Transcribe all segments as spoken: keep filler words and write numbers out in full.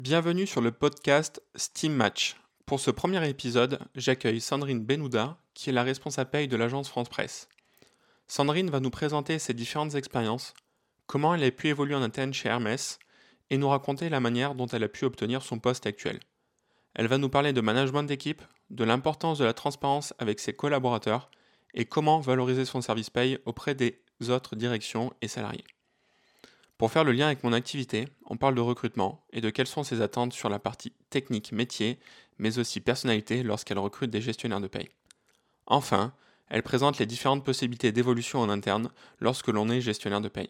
Bienvenue sur le podcast Steam Match. Pour ce premier épisode, j'accueille Sandrine Benouda, qui est la responsable paye de l'agence France Presse. Sandrine va nous présenter ses différentes expériences, comment elle a pu évoluer en interne chez Hermès, et nous raconter la manière dont elle a pu obtenir son poste actuel. Elle va nous parler de management d'équipe, de l'importance de la transparence avec ses collaborateurs, et comment valoriser son service paye auprès des autres directions et salariés. Pour faire le lien avec mon activité, on parle de recrutement et de quelles sont ses attentes sur la partie technique métier, mais aussi personnalité lorsqu'elle recrute des gestionnaires de paye. Enfin, elle présente les différentes possibilités d'évolution en interne lorsque l'on est gestionnaire de paye.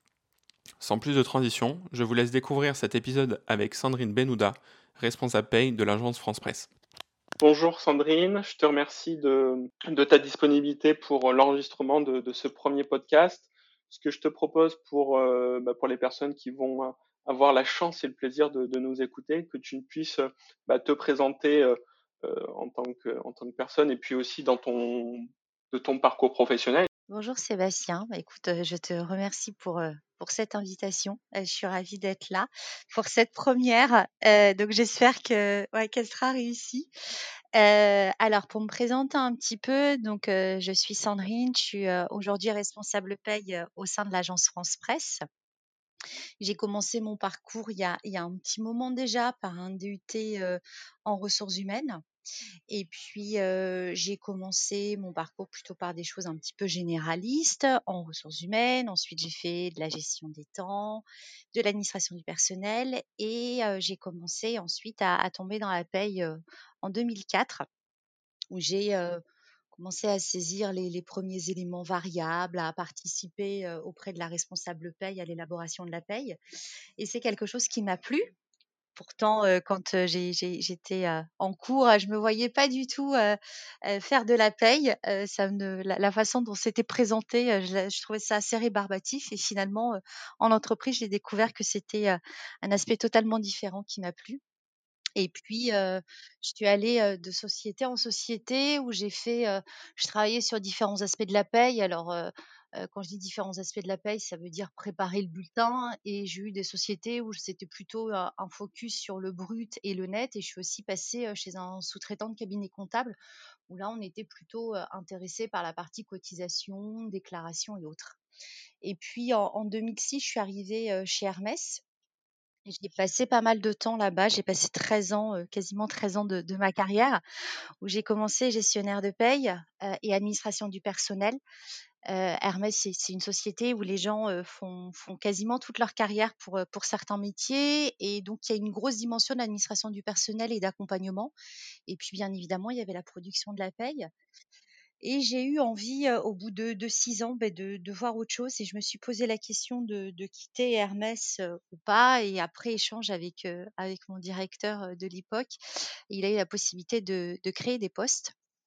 Sans plus de transition, je vous laisse découvrir cet épisode avec Sandrine Benouda, responsable paye de l'agence France Presse. Bonjour Sandrine, je te remercie de, de ta disponibilité pour l'enregistrement de, de ce premier podcast. Ce que je te propose pour, euh, bah, pour les personnes qui vont euh, avoir la chance et le plaisir de, de nous écouter, que tu puisses bah, te présenter euh, euh, en, tant que, en tant que personne et puis aussi dans ton, de ton parcours professionnel. Bonjour Sébastien, Bah, écoute, euh, je te remercie pour, euh, pour cette invitation. Euh, je suis ravie d'être là pour cette première. Euh, donc j'espère que ouais, qu'elle sera réussie. Euh, alors pour me présenter un petit peu, donc euh, je suis Sandrine, je suis euh, aujourd'hui responsable paye euh, au sein de l'agence France Presse. J'ai commencé mon parcours il y a, il y a un petit moment déjà par un D U T euh, en ressources humaines. Et puis, heu, j'ai commencé mon parcours plutôt par des choses un petit peu généralistes en ressources humaines. Ensuite, j'ai fait de la gestion des temps, de l'administration du personnel et heu, j'ai commencé ensuite à à tomber dans la paye, heu, en deux mille quatre où j'ai, heu, commencé à saisir les les premiers éléments variables, à participer, heu, auprès de la responsable paye à l'élaboration de la paye et c'est quelque chose qui m'a plu. Pourtant, heu, quand, heu, j'ai j'ai j'étais, heu, en cours, heu, je me voyais pas du tout, heu heu, faire de la paye. Heu, ça ne la la façon dont c'était présenté, heu, je la je trouvais ça assez rébarbatif et finalement, heu, en entreprise, j'ai découvert que c'était, heu, un aspect totalement différent qui m'a plu. Et puis, heu, je suis allée, heu, de société en société où j'ai fait, heu, je travaillais sur différents aspects de la paye. Alors, heu heu, quand je dis différents aspects de la paye, ça veut dire préparer le bulletin et j'ai eu des sociétés où c'était plutôt un un focus sur le brut et le net et je suis aussi passée, heu, chez un sous-traitant de cabinet comptable où là, on était plutôt, heu, intéressés par la partie cotisation, déclaration et autres. Et puis en en deux mille six, je suis arrivée, heu, chez Hermès et j'ai passé pas mal de temps là-bas. J'ai passé treize ans, heu, quasiment treize ans de de ma carrière, où j'ai commencé gestionnaire de paye, heu et administration du personnel. Heu, Hermès, c'est c'est une société où les gens, heu, font font quasiment toute leur carrière pour, heu, pour certains métiers et donc il y a une grosse dimension d'administration du personnel et d'accompagnement et puis, bien évidemment, il y avait la production de la paye et j'ai eu envie, heu, au bout de de six ans, beh, de de voir autre chose et je me suis posé la question de de quitter Hermès, heu, ou pas et après échange avec, heu, avec mon directeur, heu, de l'époque, il a eu la possibilité de de créer des postes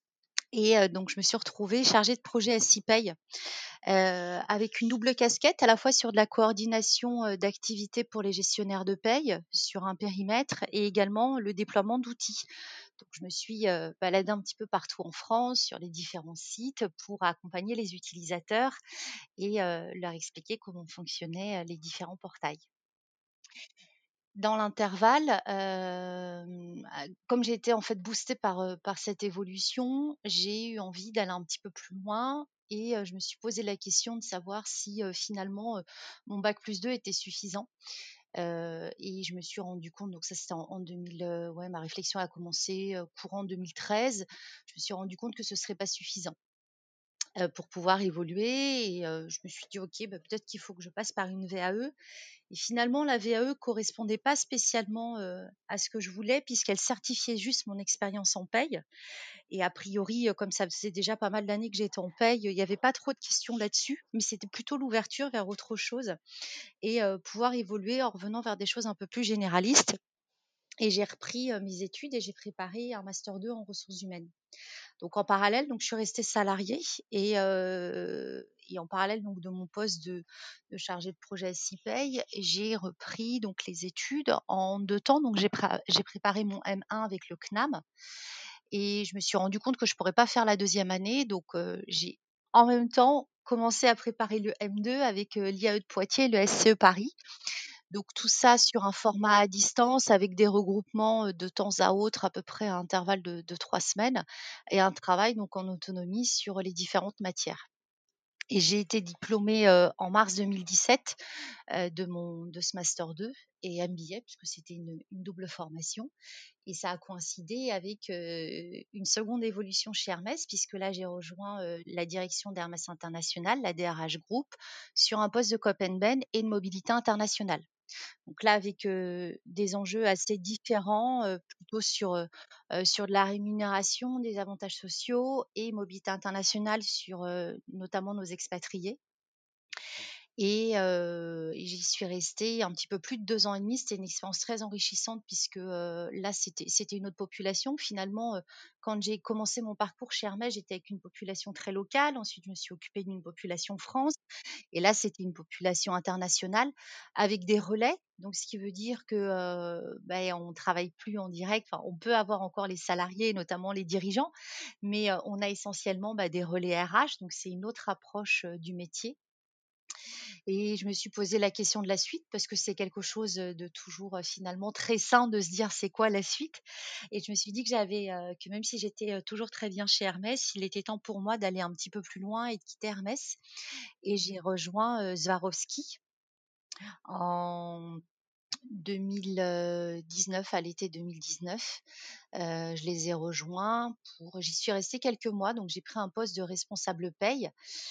et heu, donc je me suis retrouvée chargée de projet S I Paye, heu, avec une double casquette, à la fois sur de la coordination, heu, d'activités pour les gestionnaires de paye, sur un périmètre et également le déploiement d'outils. Donc je me suis, heu, baladée un petit peu partout en France, sur les différents sites pour accompagner les utilisateurs et heu, leur expliquer comment fonctionnaient, heu, les différents portails. Dans l'intervalle, hem, a comme j'ai été en fait boostée par, heu, par cette évolution, j'ai eu envie d'aller un petit peu plus loin et heu, je me suis posé la question de savoir si, heu, finalement, heu, mon bac plus deux était suffisant. Heu et je me suis rendu compte donc ça c'était en en deux mille, heu, ouais ma réflexion a commencé, heu, courant deux mille treize. Je me suis rendu compte que ce serait pas suffisant, heu, pour pouvoir évoluer et heu, je me suis dit: «OK, bah, peut-être qu'il faut que je passe par une V A E» et finalement la V A E correspondait pas spécialement, heu, à ce que je voulais puisqu'elle certifiait juste mon expérience en paye et a priori, heu, comme ça faisait déjà pas mal d'années que j'étais en paye, il y avait pas trop de questions là-dessus, mais c'était plutôt l'ouverture vers autre chose et heu, pouvoir évoluer en revenant vers des choses un peu plus généralistes et j'ai repris, heu, mes études et j'ai préparé un master deux en ressources humaines. Donc en parallèle, donc je suis restée salariée et heu et en parallèle donc de mon poste de de chargée de projet S I Paye, j'ai repris donc les études en deux temps. Donc j'ai pré j'ai préparé mon M un avec le C N A M et je me suis rendu compte que je pourrais pas faire la deuxième année donc heu, j'ai en même temps commencé à préparer le M deux avec, heu, l'I A E de Poitiers et le S C E Paris. Donc tout ça sur un format à distance avec des regroupements de temps à autre, à peu près à intervalles de, de trois semaines, et un travail donc en autonomie sur les différentes matières. Et j'ai été diplômée euh, en mars deux mille dix-sept euh, de, mon, de ce Master deux et M B A, puisque c'était une, une double formation. Et ça a coïncidé avec euh, une seconde évolution chez Hermès, puisque là, j'ai rejoint euh, la direction d'Hermès International, la D R H Group, sur un poste de Copenben et de mobilité internationale. Donc là, avec euh, des enjeux assez différents, euh, plutôt sur, euh, sur de la rémunération, des avantages sociaux et mobilité internationale sur euh, notamment nos expatriés. Et, euh, et j'y suis restée un petit peu plus de deux ans et demi. C'était une expérience très enrichissante puisque euh, là, c'était, c'était une autre population. Finalement, euh, quand j'ai commencé mon parcours chez Hermès, j'étais avec une population très locale. Ensuite, je me suis occupée d'une population France. Et là, c'était une population internationale avec des relais. Donc, ce qui veut dire que euh, ben, on travaille plus en direct. Enfin, on peut avoir encore les salariés, notamment les dirigeants, mais euh, on a essentiellement ben, des relais R H. Donc, c'est une autre approche euh, du métier. Et je me suis posé la question de la suite parce que c'est quelque chose de toujours finalement très sain de se dire c'est quoi la suite. Et je me suis dit que j'avais euh, que même si j'étais euh, toujours très bien chez Hermès, il était temps pour moi d'aller un petit peu plus loin et de quitter Hermès. Et j'ai rejoint euh, Swarovski en deux mille dix-neuf, à l'été deux mille dix-neuf. Euh, je les ai rejoints pour, j'y suis restée quelques mois, donc j'ai pris un poste de responsable paye.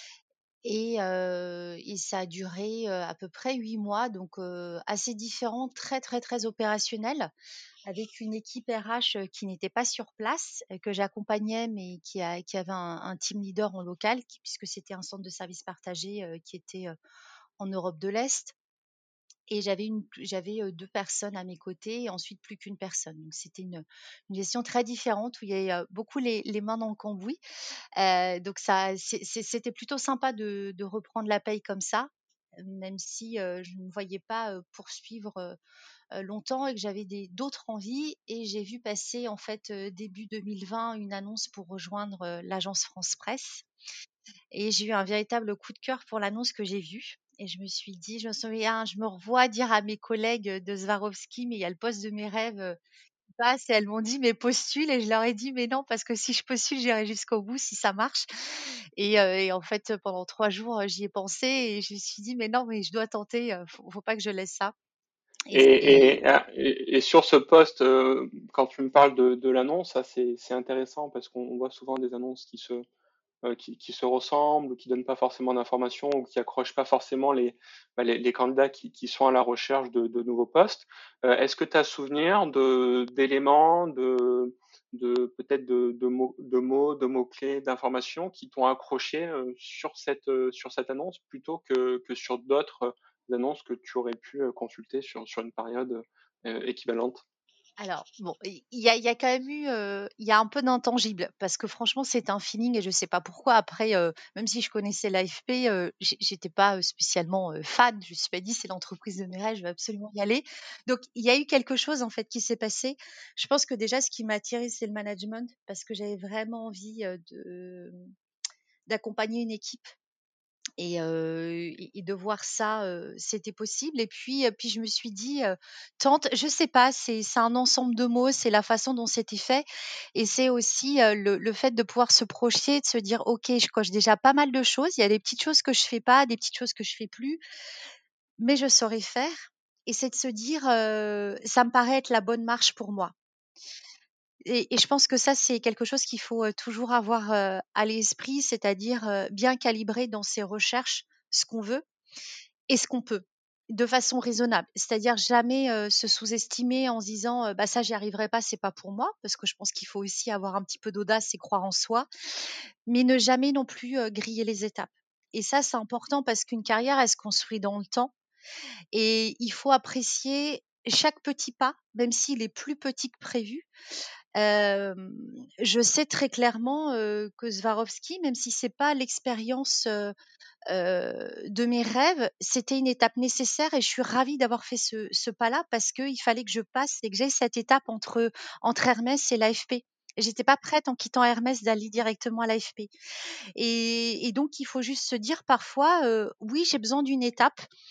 Et, euh, et ça a duré euh, à peu près huit mois, donc euh, assez différent, très très très opérationnel, avec une équipe R H qui n'était pas sur place, euh, que j'accompagnais, mais qui, a, qui avait un, un team leader en local, qui, puisque c'était un centre de services partagé euh, qui était euh, en Europe de l'Est. Et j'avais, une, j'avais euh, deux personnes à mes côtés et ensuite plus qu'une personne. Donc c'était une, une gestion très différente où il y avait euh, beaucoup les, les mains dans le cambouis. Euh, donc ça, c'est, c'est, c'était plutôt sympa de, de reprendre la paye comme ça, même si euh, je ne voyais pas euh, poursuivre euh, longtemps et que j'avais des, d'autres envies. Et j'ai vu passer en fait euh, début deux mille vingt une annonce pour rejoindre euh, l'agence France Presse. Et j'ai eu un véritable coup de cœur pour l'annonce que j'ai vue. Et je me suis dit, je me souviens, je me revois dire à mes collègues de Swarovski, mais il y a le poste de mes rêves euh, qui passe. Et elles m'ont dit, mais postule. Et je leur ai dit, mais non, parce que si je postule, j'irai jusqu'au bout si ça marche. Et, euh, et en fait, pendant trois jours, j'y ai pensé et je me suis dit, mais non, mais je dois tenter. euh, Faut, faut pas que je laisse ça. Et Et, c'est et, ah, et- et sur ce poste, euh, quand tu me parles de, de l'annonce, ça c'est c'est intéressant parce qu'on voit souvent des annonces qui se euh, qui, qui se ressemblent ou qui donnent pas forcément d'informations ou qui accrochent pas forcément les bah, les, les candidats qui, qui sont à la recherche de, de nouveaux postes. Euh, est-ce que tu as souvenir de d'éléments, de de peut-être de, de mots, de mots, de mots-clés, d'informations qui t'ont accroché euh, sur cette euh, sur cette annonce plutôt que que sur d'autres annonces que tu aurais pu euh, consulter sur sur une période euh, équivalente? Alors, bon, il y a, il y a quand même eu, euh, il y a un peu d'intangible, parce que franchement, c'est un feeling et je sais pas pourquoi. Après, euh, même si je connaissais l'A F P, euh, j'ai- j'étais pas euh, spécialement euh, fan. Je me suis pas dit, c'est l'entreprise de mes rêves, je vais absolument y aller. Donc, il y a eu quelque chose, en fait, qui s'est passé. Je pense que déjà, ce qui m'a attiré, c'est le management, parce que j'avais vraiment envie euh, de, d'accompagner une équipe et, euh, et, et de voir ça, euh, c'était possible. Et puis, euh, puis je me suis dit, euh, tente, je sais pas, c'est c'est un ensemble de mots, c'est la façon dont c'était fait, et c'est aussi euh, le, le fait de pouvoir se projeter, de se dire, ok, je coche déjà pas mal de choses. Il y a des petites choses que je fais pas, des petites choses que je fais plus, mais je saurais faire. Et c'est de se dire, euh, ça me paraît être la bonne marche pour moi. Et, et je pense que ça, c'est quelque chose qu'il faut euh, toujours avoir euh, à l'esprit, c'est-à-dire euh, bien calibrer dans ses recherches ce qu'on veut et ce qu'on peut, de façon raisonnable. C'est-à-dire jamais euh, se sous-estimer en se disant euh, bah ça j'y arriverai pas, c'est pas pour moi, parce que je pense qu'il faut aussi avoir un petit peu d'audace et croire en soi, mais ne jamais non plus euh, griller les étapes. Et ça c'est important parce qu'une carrière elle se construit dans le temps et il faut apprécier chaque petit pas, même s'il est plus petit que prévu. Euh, je sais très clairement euh, que Swarovski, même si c'est pas l'expérience euh, euh, de mes rêves, c'était une étape nécessaire et je suis ravie d'avoir fait ce, ce pas-là parce qu'il fallait que je passe et que j'aie cette étape entre, entre Hermès et l'A F P. J'étais pas prête en quittant Hermès d'aller directement à l'A F P. Et, et donc, il faut juste se dire parfois, euh, oui, j'ai besoin d'une étape,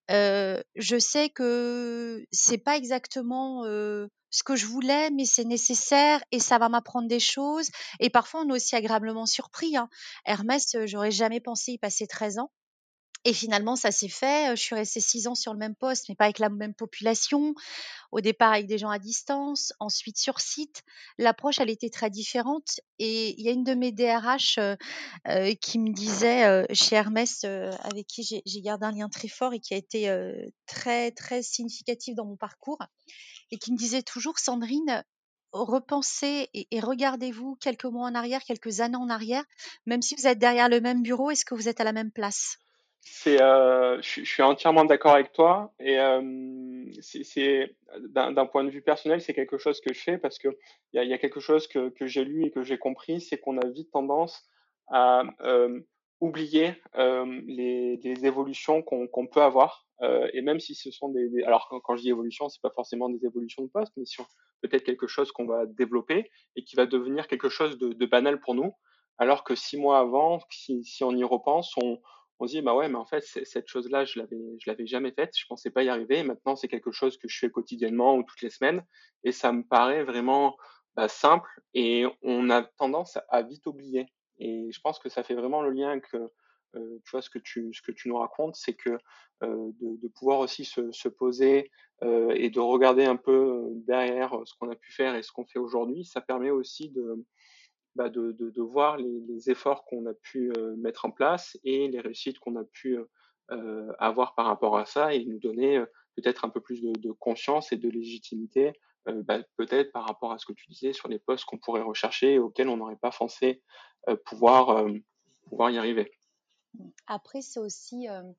Heu, je sais que c'est pas exactement, heu, ce que je voulais, mais c'est nécessaire et ça va m'apprendre des choses et parfois on est aussi agréablement surpris, hein. Hermès, heu, j'aurais jamais pensé y passer treize ans et finalement ça s'est fait, heu, je suis restée six ans sur le même poste, mais pas avec la même population. Au départ avec des gens à distance, ensuite sur site. L'approche, elle était très différente et il y a une de mes D R H, heu heu, qui me disait, heu, chez Hermès, heu, avec qui j'ai j'ai gardé un lien très fort et qui a été, heu, très, très significatif dans mon parcours et qui me disait toujours: «Sandrine, repensez et et regardez-vous quelques mois en arrière, quelques années en arrière, même si vous êtes derrière le même bureau, est-ce que vous êtes à la même place?» C'est, euh, je, suis je suis entièrement d'accord avec toi et euh, c'est, c'est- d'un, d'un point de vue personnel, c'est quelque chose que je fais parce que il y a, il y a quelque chose que, que j'ai lu et que j'ai compris, c'est qu'on a vite tendance à euh, oublier euh, les, les évolutions qu'on, qu'on peut avoir euh, et même si ce sont des, des- alors quand, quand je dis évolution, c'est pas forcément des évolutions de poste, mais sur peut-être quelque chose qu'on va développer et qui va devenir quelque chose de, de banal pour nous, alors que six mois avant, si, si on y repense, on on se dit bah ouais mais en fait c'est- cette chose-là je l'avais je l'avais jamais faite, je pensais pas y arriver et maintenant c'est quelque chose que je fais quotidiennement ou toutes les semaines et ça me paraît vraiment bah, simple et on a tendance à vite oublier et je pense que ça fait vraiment le lien que euh, tu vois ce que tu ce que tu nous racontes c'est que euh, de, de pouvoir aussi se, se poser euh, et de regarder un peu derrière ce qu'on a pu faire et ce qu'on fait aujourd'hui, ça permet aussi de bah, de, de, de voir les, les efforts qu'on a pu euh, mettre en place et les réussites qu'on a pu euh, avoir par rapport à ça et nous donner euh, peut-être un peu plus de, de conscience et de légitimité, euh, bah, peut-être par rapport à ce que tu disais sur les postes qu'on pourrait rechercher et auxquels on n'aurait pas pensé euh, pouvoir, euh, pouvoir y arriver. Après, c'est aussi, heu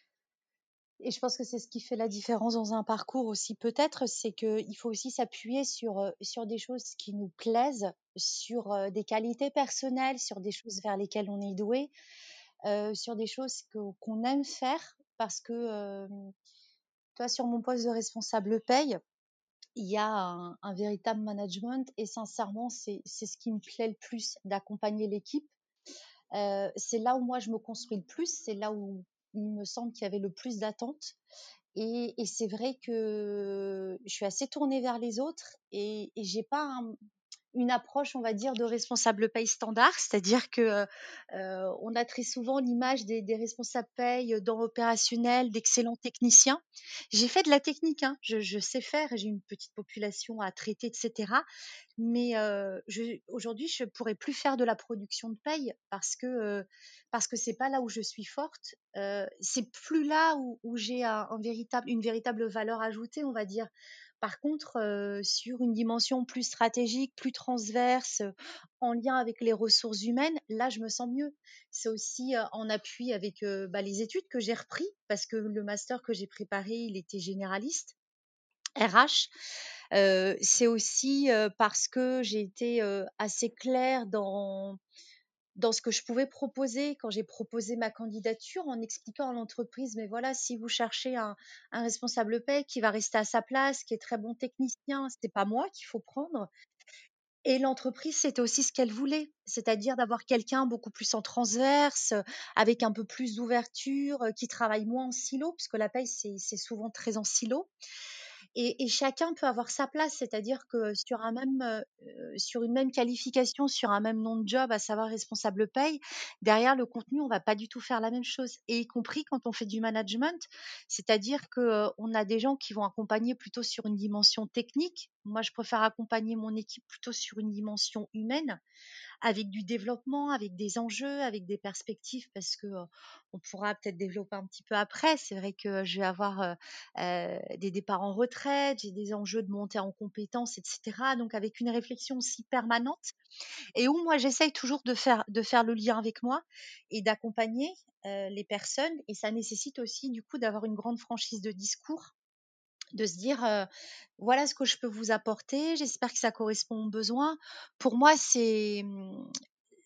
et je pense que c'est ce qui fait la différence dans un parcours aussi peut-être, c'est qu'il faut aussi s'appuyer sur, heu, sur des choses qui nous plaisent, sur, heu, des qualités personnelles, sur des choses vers lesquelles on est doué, heu, sur des choses que qu'on aime faire parce que, hem, tu vois, sur mon poste de responsable paye, il y a un un véritable management et sincèrement, c'est c'est ce qui me plaît le plus d'accompagner l'équipe. Heu, c'est là où moi je me construis le plus, c'est là où il me semble qu'il y avait le plus d'attentes et, et c'est vrai que je suis assez tournée vers les autres et, et j'ai pas un- une approche, on va dire, de responsable paye standard, c'est-à-dire que euh, on a très souvent l'image des, des responsables paye dans l'opérationnel, d'excellents techniciens. J'ai fait de la technique, hein, je, je sais faire, j'ai une petite population à traiter, et cetera. Mais euh, je, aujourd'hui, je pourrais plus faire de la production de paye parce que euh, parce que c'est pas là où je suis forte. Euh, c'est plus là où, où j'ai un, un véritable, une véritable valeur ajoutée, on va dire. Par contre, euh, sur une dimension plus stratégique, plus transverse, euh, en lien avec les ressources humaines, là, je me sens mieux. C'est aussi euh, en appui avec euh, bah, les études que j'ai repris parce que le master que j'ai préparé, il était généraliste. R H. Heu, c'est aussi, heu, parce que j'ai été, heu, assez claire dans dans ce que je pouvais proposer quand j'ai proposé ma candidature en expliquant à l'entreprise: «Mais voilà, si vous cherchez un un responsable paie qui va rester à sa place, qui est très bon technicien, c'est pas moi qu'il faut prendre». Et l'entreprise, c'était aussi ce qu'elle voulait, c'est-à-dire d'avoir quelqu'un beaucoup plus en transverse, heu, avec un peu plus d'ouverture, heu, qui travaille moins en silo, parce que la paie, c'est c'est souvent très en silo. Et, et chacun peut avoir sa place, c'est-à-dire que sur un même, euh, sur une même qualification, sur un même nom de job, à savoir responsable paye, derrière le contenu, on va pas du tout faire la même chose. Et y compris quand on fait du management, c'est-à-dire que euh, on a des gens qui vont accompagner plutôt sur une dimension technique. Moi, je préfère accompagner mon équipe plutôt sur une dimension humaine avec du développement, avec des enjeux, avec des perspectives, parce que euh, on pourra peut-être développer un petit peu après. C'est vrai que je vais avoir euh, euh, des départs en retraite, j'ai des enjeux de monter en compétences, et cetera. Donc avec une réflexion aussi permanente et où moi j'essaye toujours de faire de faire le lien avec moi et d'accompagner euh, les personnes. Et ça nécessite aussi du coup d'avoir une grande franchise de discours, de se dire euh, voilà ce que je peux vous apporter, j'espère que ça correspond aux besoins. Pour moi, c'est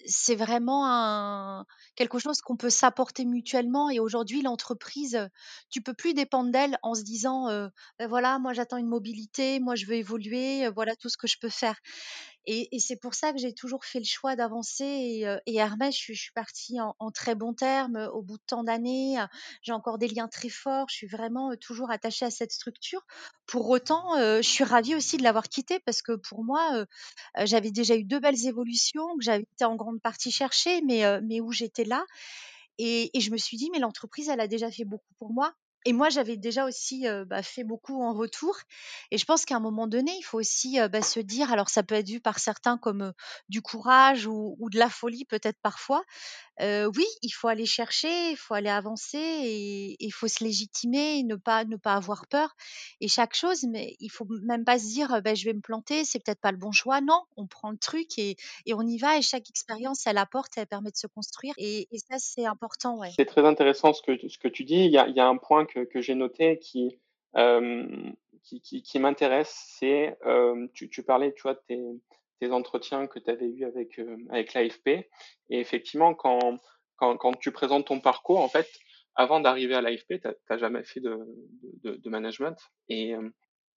c'est vraiment un quelque chose qu'on peut s'apporter mutuellement et aujourd'hui l'entreprise, heu, tu peux plus dépendre d'elle en se disant, heu: «Bah, voilà, moi j'attends une mobilité, moi je veux évoluer, heu, voilà tout ce que je peux faire» et et c'est pour ça que j'ai toujours fait le choix d'avancer et heu et Hermès, je suis je suis partie en en très bons termes, heu, au bout de tant d'années, heu, j'ai encore des liens très forts. Je suis vraiment, heu, toujours attachée à cette structure. Pour autant, heu, je suis ravie aussi de l'avoir quittée parce que pour moi, heu heu, j'avais déjà eu deux belles évolutions que j'avais été en grande partie chercher, mais heu, mais où j'étais là et et je me suis dit: «Mais l'entreprise, elle a déjà fait beaucoup pour moi» et moi, j'avais déjà aussi, heu, bah, fait beaucoup en retour et je pense qu'à un moment donné, il faut aussi, heu, bah, se dire alors ça peut être vu par certains comme, heu, du courage ou ou de la folie peut-être parfois, Heu, oui, il faut aller chercher, il faut aller avancer et il faut se légitimer, ne pas ne pas avoir peur et chaque chose, mais il faut même pas se dire, heu: «Beh, je vais me planter, c'est peut-être pas le bon choix». Non, on prend le truc et et on y va et chaque expérience, elle apporte, elle permet de se construire et et ça, c'est important, ouais. C'est très intéressant ce que, ce que tu dis. Il y a, il y a un point que, que j'ai noté qui, euh, qui, qui, qui m'intéresse, c'est, euh, tu, tu parlais, tu vois, de tes, tes entretiens que tu avais eus avec, euh, avec l'A F P. Et effectivement, quand, quand, quand tu présentes ton parcours, en fait, avant d'arriver à l'A F P, tu n'as jamais fait de, de, de management. Et euh,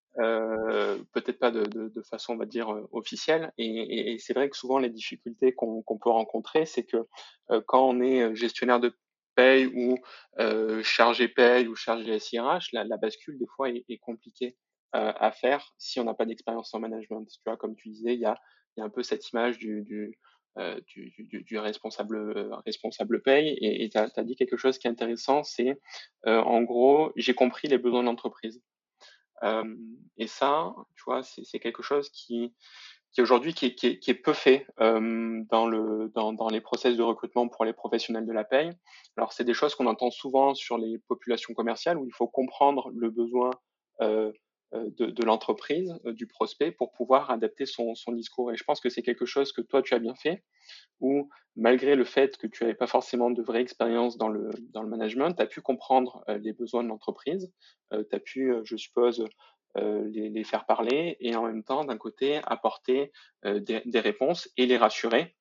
euh, peut-être pas de, de, de façon, on va dire, euh, officielle. Et, et, et c'est vrai que souvent, les difficultés qu'on qu'on peut rencontrer, c'est que euh, quand on est gestionnaire de paye ou euh, chargé paye ou chargé S I R H, la, la bascule, des fois, est, est compliquée euh, à faire si on n'a pas d'expérience en management. Tu vois, comme tu disais, il y a, il y a un peu cette image du, du, euh, du, du, du responsable, euh, responsable paye. Et tu as dit quelque chose qui est intéressant, c'est, euh, en gros, j'ai compris les besoins de l'entreprise. Euh, et ça, tu vois, c'est, c'est quelque chose qui, qui aujourd'hui qui est, qui est, qui est peu fait euh, dans, le, dans, dans les process de recrutement pour les professionnels de la paye. Alors, c'est des choses qu'on entend souvent sur les populations commerciales où il faut comprendre le besoin euh, euh, de, de l'entreprise, euh, du prospect, pour pouvoir adapter son, son discours. Et je pense que c'est quelque chose que toi, tu as bien fait, où malgré le fait que tu n'avais pas forcément de vraie expérience dans le, dans le management, tu as pu comprendre euh, les besoins de l'entreprise, euh, tu as pu, euh, je suppose, euh, les, les faire parler et en même temps, d'un côté, apporter euh, des, des réponses et les rassurer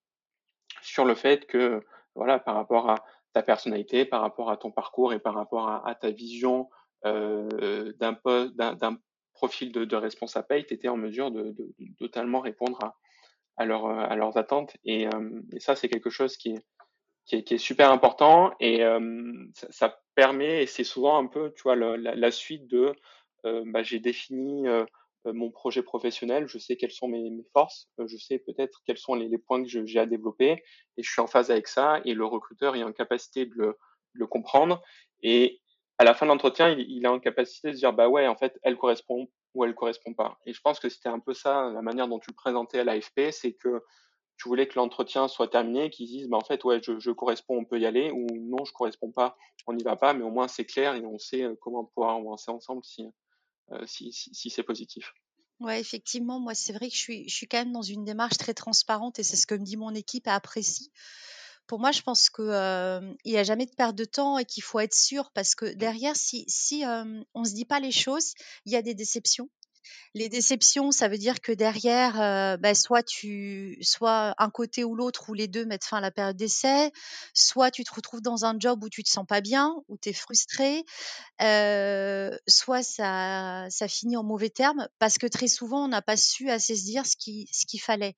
sur le fait que, voilà, par rapport à ta personnalité, par rapport à ton parcours et par rapport à, à ta vision euh, d'un, poste, d'un, d'un profil de, de responsable paye, tu étais en mesure de, de, de totalement répondre à, à, leur, à leurs attentes. Et, euh, et ça, c'est quelque chose qui est, qui est, qui est super important et euh, ça, ça permet, et c'est souvent un peu, tu vois, le, la, la suite de, euh, bah, j'ai défini euh, mon projet professionnel, je sais quelles sont mes, mes forces, euh, je sais peut-être quels sont les, les points que je, j'ai à développer et je suis en phase avec ça et le recruteur est en capacité de le, de le comprendre et à la fin de l'entretien, il, il est en capacité de se dire, bah ouais, en fait, elle correspond ou elle correspond pas. Et je pense que c'était un peu ça, la manière dont tu le présentais à l'A F P, c'est que tu voulais que l'entretien soit terminé, qu'ils disent, bah, en fait, ouais, je, je corresponds, on peut y aller, ou non, je corresponds pas, on n'y va pas, mais au moins c'est clair et on sait euh, comment pouvoir avancer ensemble si, euh, si, si, si c'est positif. Ouais, effectivement, moi, c'est vrai que je suis je suis quand même dans une démarche très transparente et c'est ce que me dit mon équipe et apprécie. Pour moi, je pense que, hem, il y a jamais de perte de temps et qu'il faut être sûr parce que derrière, si si, hem, on se dit pas les choses, il y a des déceptions. Les déceptions, ça veut dire que derrière, heu, bah, soit tu soit un côté ou l'autre ou les deux mettent fin à la période d'essai, soit tu te retrouves dans un job où tu te sens pas bien, où tu es frustré, heu, soit ça ça finit en mauvais termes parce que très souvent on n'a pas su assez se dire ce qui ce qu'il fallait.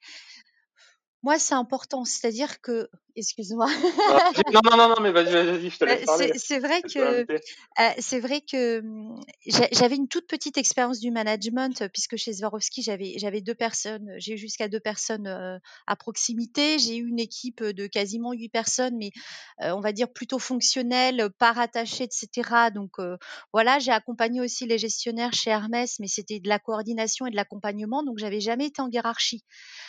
Moi, c'est important, c'est-à-dire que excuse-moi. Non, non, non, non, non, mais vas-y, vas-y, je te Bah, laisse c'est parler. c'est vrai Je suis que, invité. heu, c'est vrai que, mmh, j'a j'avais une toute petite expérience du management, heu, puisque chez Swarovski, j'avais j'avais deux personnes, j'ai eu jusqu'à deux personnes, heu, à proximité. J'ai eu une équipe, de quasiment huit personnes, mais, heu, on va dire plutôt fonctionnelles, pas rattachées et cetera. Donc, heu, voilà, j'ai accompagné aussi les gestionnaires chez Hermès, mais c'était de la coordination et de l'accompagnement, donc j'avais jamais été en hiérarchie.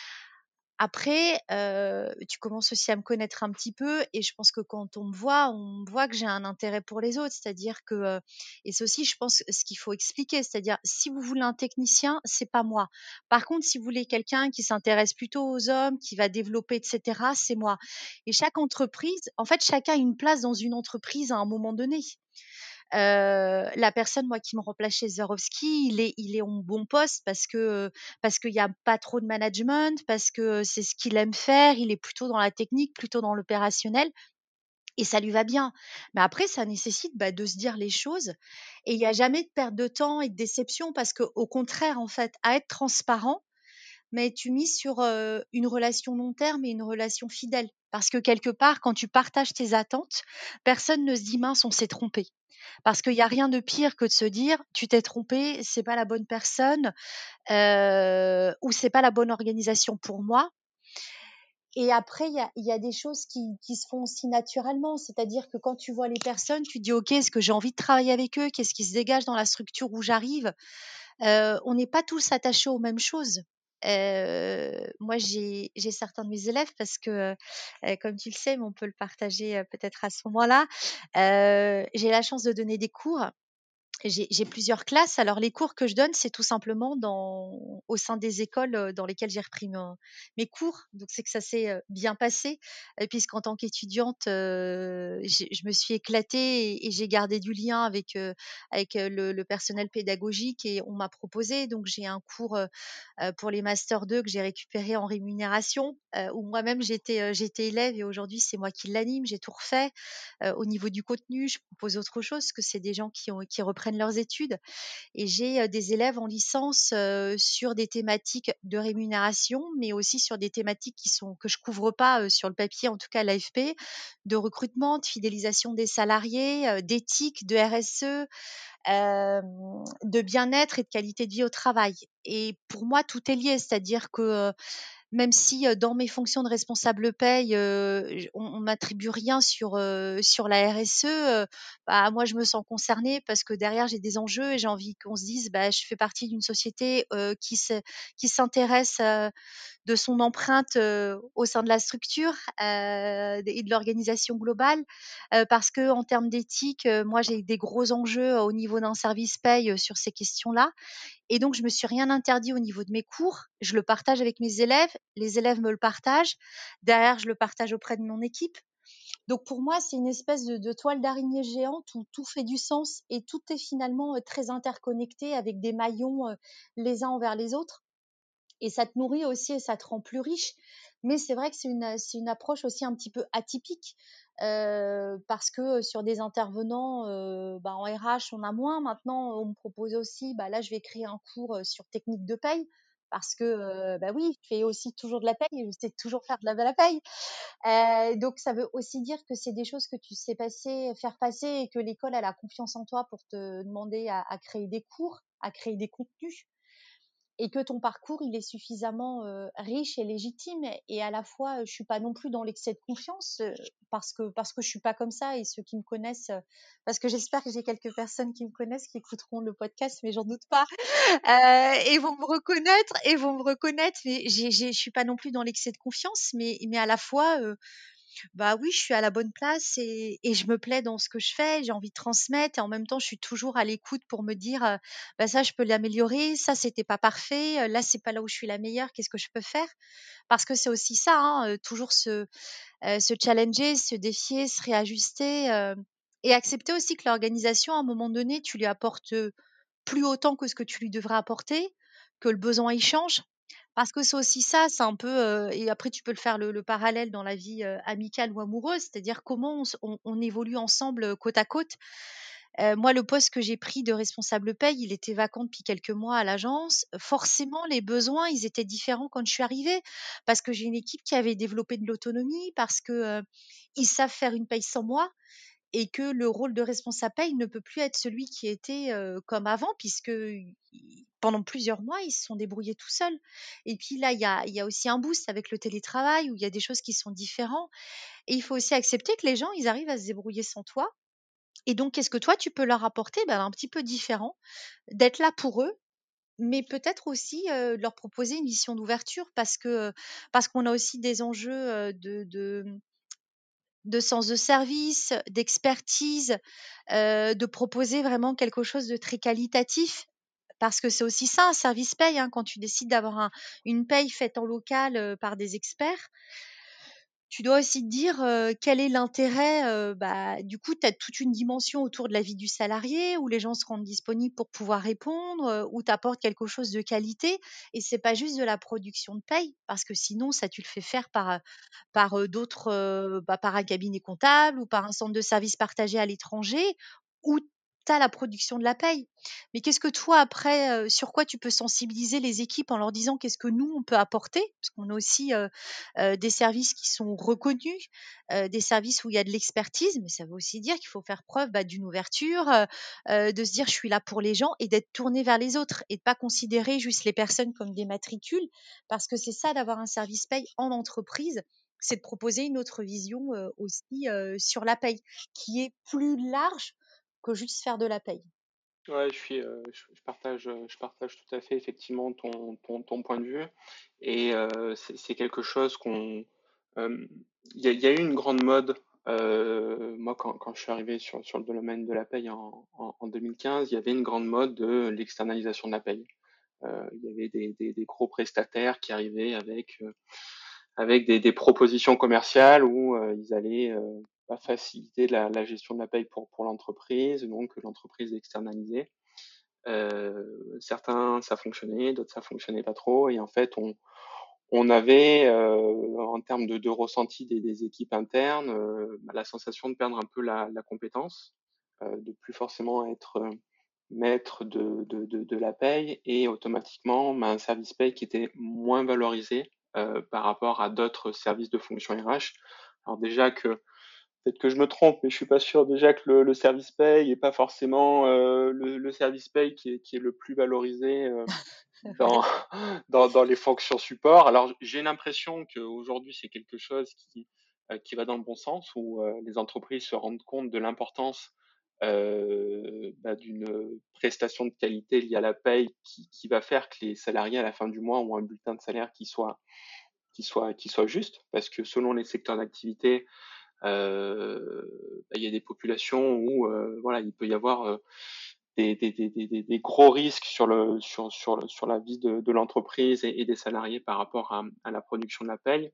Après, heu, tu commences aussi à me connaître un petit peu et je pense que quand on me voit, on voit que j'ai un intérêt pour les autres. C'est-à-dire que, heu et c'est aussi, je pense, ce qu'il faut expliquer. C'est-à-dire, si vous voulez un technicien, c'est pas moi. Par contre, si vous voulez quelqu'un qui s'intéresse plutôt aux hommes, qui va développer et cetera, c'est moi. Et chaque entreprise en fait, chacun a une place dans une entreprise à un moment donné. Heu, la personne, moi, qui me remplace chez Swarovski, il est il est en bon poste parce que, parce qu'il y a pas trop de management, parce que c'est ce qu'il aime faire. Il est plutôt dans la technique, plutôt dans l'opérationnel et ça lui va bien. Mais après, ça nécessite, bah, de se dire les choses et il y a jamais de perte de temps et de déception parce qu'au contraire, en fait, à être transparent, mais tu mises sur, heu, une relation long terme et une relation fidèle. Parce que quelque part, quand tu partages tes attentes, personne ne se dit: «Mince, on s'est trompé». Parce qu'il y a rien de pire que de se dire: «Tu t'es trompé, c'est pas la bonne personne, heu, ou c'est pas la bonne organisation pour moi». Et après, il y a, il y a des choses qui, qui se font aussi naturellement. C'est-à-dire que quand tu vois les personnes, tu te dis, OK, est-ce que j'ai envie de travailler avec eux? Qu'est-ce qui se dégage dans la structure où j'arrive? Euh, on n'est pas tous attachés aux mêmes choses. Euh, moi, j'ai, j'ai certains de mes élèves parce que, euh, comme tu le sais, mais on peut le partager euh, peut-être à ce moment-là. Euh, j'ai la chance de donner des cours. J'ai j'ai plusieurs classes. Alors, les cours que je donne, c'est tout simplement dans, au sein des écoles euh, dans lesquelles j'ai repris mon- mes cours. Donc, c'est que ça s'est euh, bien passé, euh, puisqu'en tant qu'étudiante, euh, j'ai- je me suis éclatée et, et j'ai gardé du lien avec, euh, avec euh, le, le personnel pédagogique et on m'a proposé. Donc, j'ai un cours euh, euh, pour les Master deux que j'ai récupéré en rémunération, euh, où moi-même j'étais euh, j'étais élève et aujourd'hui, c'est moi qui l'anime. J'ai tout refait. Euh, au niveau du contenu, je propose autre chose parce que c'est des gens qui, ont, qui reprennent leurs études. Et j'ai euh, des élèves en licence euh, sur des thématiques de rémunération, mais aussi sur des thématiques qui sont que je couvre pas euh, sur le papier, en tout cas à l'A F P, de recrutement, de fidélisation des salariés, euh, d'éthique, de R S E, euh, de bien-être et de qualité de vie au travail. Et pour moi, tout est lié, c'est-à-dire que euh, même si euh, dans mes fonctions de responsable paye, euh, on, on m'attribue rien sur euh, sur la R S E, euh, bah, moi je me sens concernée parce que derrière j'ai des enjeux et j'ai envie qu'on se dise, bah, je fais partie d'une société euh, qui se, qui s'intéresse euh, de son empreinte euh, au sein de la structure euh, et de l'organisation globale, euh, parce que en termes d'éthique, euh, moi j'ai des gros enjeux au niveau d'un service paye euh, sur ces questions-là. Et donc, je me suis rien interdit au niveau de mes cours. Je le partage avec mes élèves. Les élèves me le partagent. Derrière, je le partage auprès de mon équipe. Donc, pour moi, c'est une espèce de, de toile d'araignée géante où tout fait du sens et tout est finalement euh, très interconnecté avec des maillons euh, les uns envers les autres. Et ça te nourrit aussi et ça te rend plus riche. Mais c'est vrai que c'est une, c'est une approche aussi un petit peu atypique euh, parce que sur des intervenants euh, bah, en R H, on a moins. Maintenant, on me propose aussi, bah, là, je vais créer un cours sur technique de paye parce que, euh, bah oui, je fais aussi toujours de la paye et je sais toujours faire de la, de la paye. Euh, donc, ça veut aussi dire que c'est des choses que tu sais passer, faire passer et que l'école, elle a confiance en toi pour te demander à, à créer des cours, à créer des contenus et que ton parcours il est suffisamment euh, riche et légitime et à la fois euh, je suis pas non plus dans l'excès de confiance euh, parce que parce que je suis pas comme ça et ceux qui me connaissent euh, parce que j'espère que j'ai quelques personnes qui me connaissent qui écouteront le podcast mais j'en doute pas euh, et vont me reconnaître et vont me reconnaître mais j'ai, j'ai, je suis pas non plus dans l'excès de confiance mais mais à la fois euh, bah oui, je suis à la bonne place et, et je me plais dans ce que je fais. J'ai envie de transmettre et en même temps, je suis toujours à l'écoute pour me dire, euh, bah ça, je peux l'améliorer. Ça, c'était pas parfait. euh, Là, c'est pas là où je suis la meilleure. Qu'est-ce que je peux faire? Parce que c'est aussi ça, hein, euh, toujours se, euh, se challenger, se défier, se réajuster euh, et accepter aussi que l'organisation, à un moment donné, tu lui apportes euh, plus autant que ce que tu lui devrais apporter, que le besoin y change. Parce que c'est aussi ça, c'est un peu, heu et après tu peux le faire le le parallèle dans la vie, heu, amicale ou amoureuse, c'est-à-dire comment on s on on évolue ensemble, heu, côte à côte. Heu, moi, le poste que j'ai pris de responsable paye, il était vacant depuis quelques mois à l'agence. Forcément, les besoins, ils étaient différents quand je suis arrivée, parce que j'ai une équipe qui avait développé de l'autonomie, parce que, heu, ils savent faire une paye sans moi et que le rôle de responsable paye ne peut plus être celui qui était euh, comme avant, puisque pendant plusieurs mois, ils se sont débrouillés tout seuls. Et puis là, il y a, il y a aussi un boost avec le télétravail, où il y a des choses qui sont différentes. Et il faut aussi accepter que les gens, ils arrivent à se débrouiller sans toi. Et donc, qu'est-ce que toi, tu peux leur apporter? Ben, un petit peu différent, d'être là pour eux, mais peut-être aussi euh, de leur proposer une mission d'ouverture, parce que parce qu'on a aussi des enjeux euh, de, de de sens de service, d'expertise, heu, de proposer vraiment quelque chose de très qualitatif. Parce que c'est aussi ça un service paye, hein, quand tu décides d'avoir un une paye faite en local, heu, par des experts, tu dois aussi te dire, heu, quel est l'intérêt, heu, bah, du coup, tu as toute une dimension autour de la vie du salarié où les gens se rendent disponibles pour pouvoir répondre, heu, où tu apportes quelque chose de qualité et c'est pas juste de la production de paye parce que sinon ça, tu le fais faire par, heu, par, heu, d'autres, heu, bah, par un cabinet comptable ou par un centre de services partagés à l'étranger où tu as la production de la paye. Mais qu'est-ce que toi après, heu, sur quoi tu peux sensibiliser les équipes en leur disant qu'est-ce que nous on peut apporter? Parce qu'on a aussi, heu heu, des services qui sont reconnus, heu, des services où il y a de l'expertise, mais ça veut aussi dire qu'il faut faire preuve, bah, d'une ouverture, heu heu, de se dire: «Je suis là pour les gens» et d'être tourné vers les autres et de pas considérer juste les personnes comme des matricules. Parce que c'est ça d'avoir un service paye en entreprise, c'est de proposer une autre vision, heu, aussi, heu, sur la paye, qui est plus large que juste faire de la paye. Ouais, je suis, euh, je, je partage, euh, je partage tout à fait effectivement ton, ton, ton point de vue. Et euh, c'est c'est quelque chose qu'on, euh, il y a, il y a eu une grande mode. Euh, moi, quand, quand je suis arrivé sur, sur le domaine de la paye en, en, en deux mille quinze, il y avait une grande mode de l'externalisation de la paye. Euh, il y avait des, des, des gros prestataires qui arrivaient avec euh, avec des, des propositions commerciales où euh, ils allaient euh, bah, faciliter la, la gestion de la paye pour, pour l'entreprise, donc l'entreprise externalisée. Euh, certains ça fonctionnait, d'autres ça fonctionnait pas trop, et en fait on on avait euh, en termes de, de ressenti des, des équipes internes euh, bah, la sensation de perdre un peu la, la compétence, euh, de plus forcément être euh, maître de, de, de, de la paye et automatiquement bah, un service paye qui était moins valorisé euh, par rapport à d'autres services de fonction R H. Alors déjà que peut-être que je me trompe, mais je suis pas sûr déjà que le, le service paye est pas forcément euh, le, le service paye qui est, qui est le plus valorisé euh, Ouais. dans, dans, dans les fonctions support. Alors j'ai l'impression qu'aujourd'hui c'est quelque chose qui, euh, qui va dans le bon sens, où euh, les entreprises se rendent compte de l'importance euh, bah, d'une prestation de qualité liée à la paye qui, qui va faire que les salariés à la fin du mois ont un bulletin de salaire qui soit, qui soit, qui soit juste, parce que selon les secteurs d'activité, euh, bah, il y a des populations où euh, voilà, il peut y avoir euh, des, des, des, des, des gros risques sur, le, sur, sur, le, sur la vie de, de l'entreprise et, et des salariés par rapport à, à la production de la paye.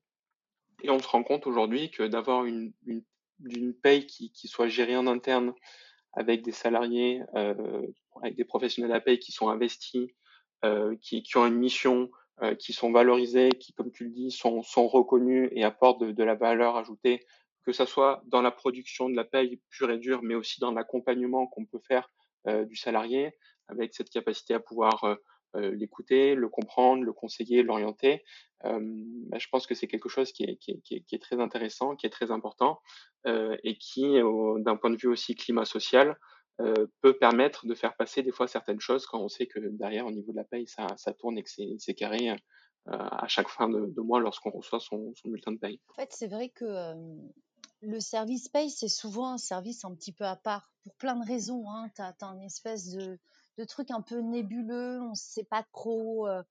Et on se rend compte aujourd'hui que d'avoir une, une, une paye qui, qui soit gérée en interne avec des salariés, euh, avec des professionnels à paye qui sont investis, euh, qui, qui ont une mission, euh, qui sont valorisés, qui, comme tu le dis, sont, sont reconnus et apportent de, de la valeur ajoutée, que ça soit dans la production de la paye pure et dure, mais aussi dans l'accompagnement qu'on peut faire euh, du salarié, avec cette capacité à pouvoir euh, euh, l'écouter, le comprendre, le conseiller, l'orienter. Euh, bah, je pense que c'est quelque chose qui est, qui, est, qui, est, qui est très intéressant, qui est très important, euh, et qui, au, d'un point de vue aussi climat social, euh, peut permettre de faire passer des fois certaines choses quand on sait que derrière, au niveau de la paye, ça, ça tourne et que c'est, c'est carré euh, à chaque fin de, de mois lorsqu'on reçoit son, son bulletin de paye. En fait, c'est vrai que euh, le service paye, c'est souvent un service un petit peu à part, pour plein de raisons. Hein. Tu as un espèce de, de truc un peu nébuleux, on ne sait pas trop. Euh,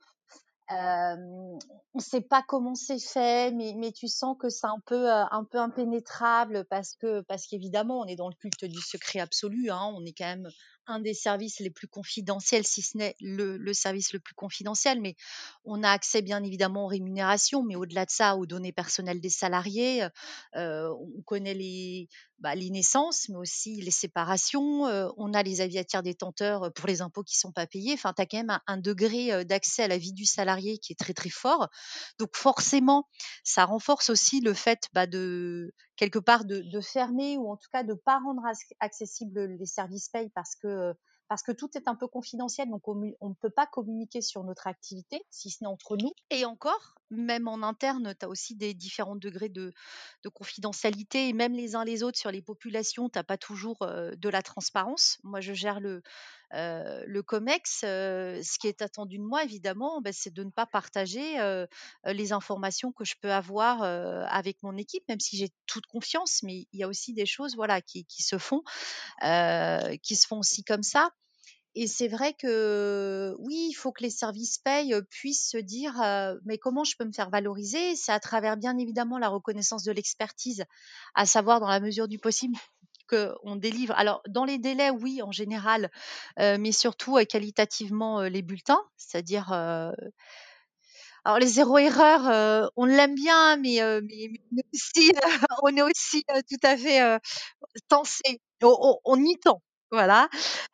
euh, on ne sait pas comment c'est fait, mais, mais tu sens que c'est un peu, euh, un peu impénétrable parce que parce qu'évidemment, on est dans le culte du secret absolu. Hein. On est quand même un des services les plus confidentiels, si ce n'est le, le service le plus confidentiel. Mais on a accès bien évidemment aux rémunérations, mais au-delà de ça, aux données personnelles des salariés. Euh, on connaît les, bah, les naissances, mais aussi les séparations. Euh, on a les aviataires détenteurs pour les impôts qui ne sont pas payés. Enfin, tu as quand même un, un degré d'accès à la vie du salarié qui est très très fort. Donc forcément, ça renforce aussi le fait bah, de quelque part de, de fermer ou en tout cas de ne pas rendre accessibles les services paye parce que parce que tout est un peu confidentiel, donc on ne peut pas communiquer sur notre activité, si ce n'est entre nous. Et encore, même en interne, tu as aussi des différents degrés de, de confidentialité, et même les uns les autres sur les populations, tu n'as pas toujours euh, de la transparence. Moi, je gère le, euh, le COMEX. Euh, ce qui est attendu de moi, évidemment, ben, c'est de ne pas partager euh, les informations que je peux avoir euh, avec mon équipe, même si j'ai toute confiance, mais il y a aussi des choses voilà, qui, qui se font, euh, qui se font aussi comme ça. Et c'est vrai que oui, il faut que les services paye puissent se dire euh, mais comment je peux me faire valoriser. C'est à travers bien évidemment la reconnaissance de l'expertise, à savoir dans la mesure du possible qu'on délivre. Alors dans les délais, oui, en général, euh, mais surtout euh, qualitativement euh, les bulletins, c'est-à-dire euh, alors les zéro erreur, heu, on l'aime bien, mais heu, mais mais on est aussi, on est aussi, heu, tout à fait, heu, tensé. On on on y tend, voilà.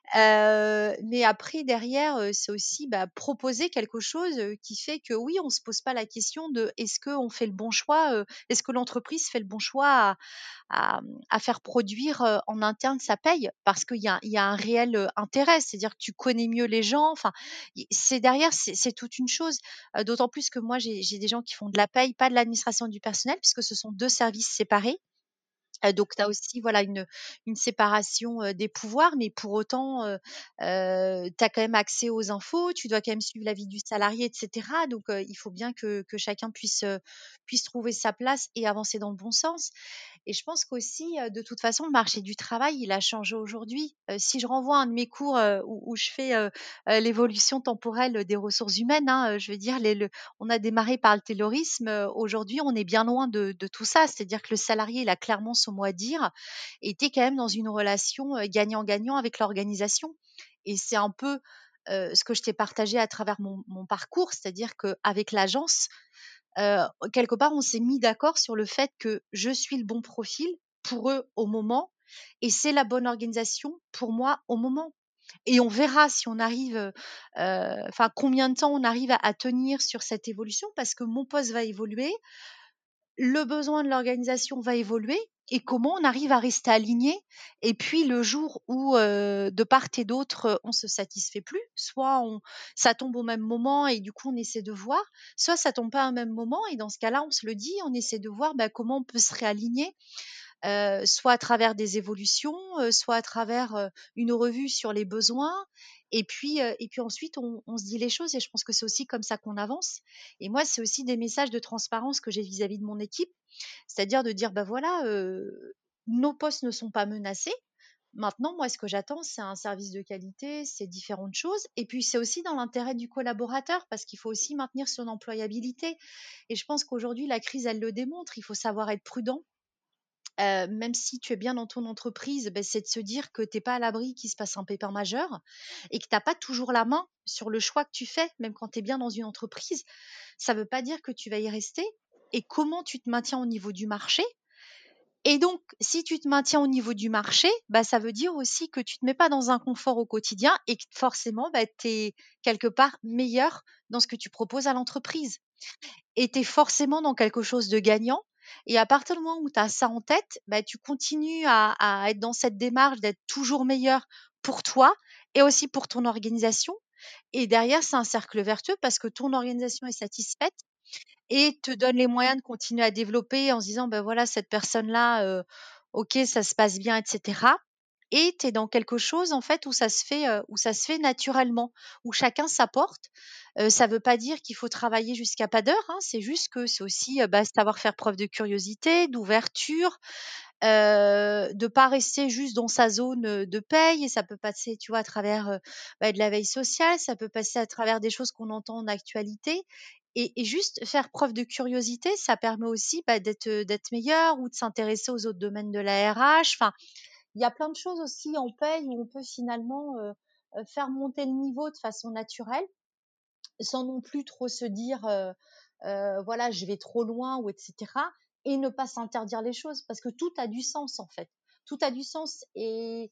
Heu, mais après derrière, heu, c'est aussi, bah, proposer quelque chose, heu, qui fait que oui, on se pose pas la question de: «Est-ce qu'on fait le bon choix?» heu, est-ce que l'entreprise fait le bon choix à à, mmh, à faire produire, heu, en interne sa paye? Parce qu'il y a il y a un réel, heu, intérêt, c'est-à-dire que tu connais mieux les gens, enfin, i c'est derrière, c'est c'est toute une chose, heu, d'autant plus que moi j'ai j'ai des gens qui font de la paye, pas de l'administration du personnel, puisque ce sont deux services séparés. Heu, donc tu as aussi voilà une une séparation, heu, des pouvoirs, mais pour autant, heu heu, tu as quand même accès aux infos, tu dois quand même suivre la vie du salarié et cetera. Donc heu, il faut bien que que chacun puisse, heu, puisse trouver sa place et avancer dans le bon sens. Et je pense qu'aussi, heu, de toute façon, le marché du travail, il a changé aujourd'hui. Heu, si je renvoie un de mes cours, heu, où où je fais, heu heu, l'évolution temporelle des ressources humaines, hein, heu, je veux dire les le on a démarré par le taylorisme, heu, aujourd'hui, on est bien loin de de tout ça. C'est-à-dire que le salarié, il a clairement son mot à dire et tu es quand même dans une relation, heu, gagnant-gagnant avec l'organisation et c'est un peu, heu, ce que je t'ai partagé à travers mon mon parcours. C'est-à-dire qu'avec l'agence, Heu, quelque part, on s'est mis d'accord sur le fait que je suis le bon profil pour eux au moment et c'est la bonne organisation pour moi au moment et on verra si on arrive, heu enfin combien de temps on arrive à à tenir sur cette évolution parce que mon poste va évoluer, le besoin de l'organisation va évoluer et comment on arrive à rester aligné. Et puis le jour où, heu, de part et d'autre, heu, on se satisfait plus, soit on ça tombe au même moment et du coup on essaie de voir, soit ça tombe pas au même moment et dans ce cas-là, on se le dit, on essaie de voir, bah, comment on peut se réaligner, heu, soit à travers des évolutions, heu, soit à travers, heu, une revue sur les besoins et puis, heu et puis ensuite on on se dit les choses et je pense que c'est aussi comme ça qu'on avance et moi, c'est aussi des messages de transparence que j'ai vis-à-vis de mon équipe. C'est-à-dire de dire: «Bah, voilà, heu, nos postes ne sont pas menacés. Maintenant, moi, ce que j'attends, c'est un service de qualité, c'est différentes choses et puis c'est aussi dans l'intérêt du collaborateur parce qu'il faut aussi maintenir son employabilité et je pense qu'aujourd'hui, la crise, elle le démontre. Il faut savoir être prudent. Heu, même si tu es bien dans ton entreprise, beh, c'est de se dire que tu es pas à l'abri qu'il se passe un pépin majeur et que tu as pas toujours la main sur le choix que tu fais, même quand tu es bien dans une entreprise. Ça veut pas dire que tu vas y rester et comment tu te maintiens au niveau du marché et donc si tu te maintiens au niveau du marché, bah, ça veut dire aussi que tu te mets pas dans un confort au quotidien et que forcément, bah, tu es quelque part meilleur dans ce que tu proposes à l'entreprise et tu es forcément dans quelque chose de gagnant. Et à partir du moment où tu as ça en tête, bah, tu continues à, à être dans cette démarche d'être toujours meilleur pour toi et aussi pour ton organisation. Et derrière, c'est un cercle vertueux parce que ton organisation est satisfaite et te donne les moyens de continuer à développer en se disant, ben voilà, cette personne-là, euh, ok, ça se passe bien, et cetera. Et tu es dans quelque chose en fait où ça se fait, euh, où ça se fait naturellement, où chacun s'apporte. Euh, ça veut pas dire qu'il faut travailler jusqu'à pas d'heure, hein, c'est juste que c'est aussi euh, bah, savoir faire preuve de curiosité, d'ouverture, euh, de pas rester juste dans sa zone euh, de paye. Et ça peut passer, tu vois, à travers euh, bah, de la veille sociale, ça peut passer à travers des choses qu'on entend en actualité. Et, et juste faire preuve de curiosité, ça permet aussi bah, d'être euh, d'être meilleur ou de s'intéresser aux autres domaines de la R H. Enfin, il y a plein de choses aussi en paye où on peut finalement euh, euh, faire monter le niveau de façon naturelle, sans non plus trop se dire euh, euh, voilà, je vais trop loin ou et cetera. Et ne pas s'interdire les choses parce que tout a du sens en fait. Tout a du sens et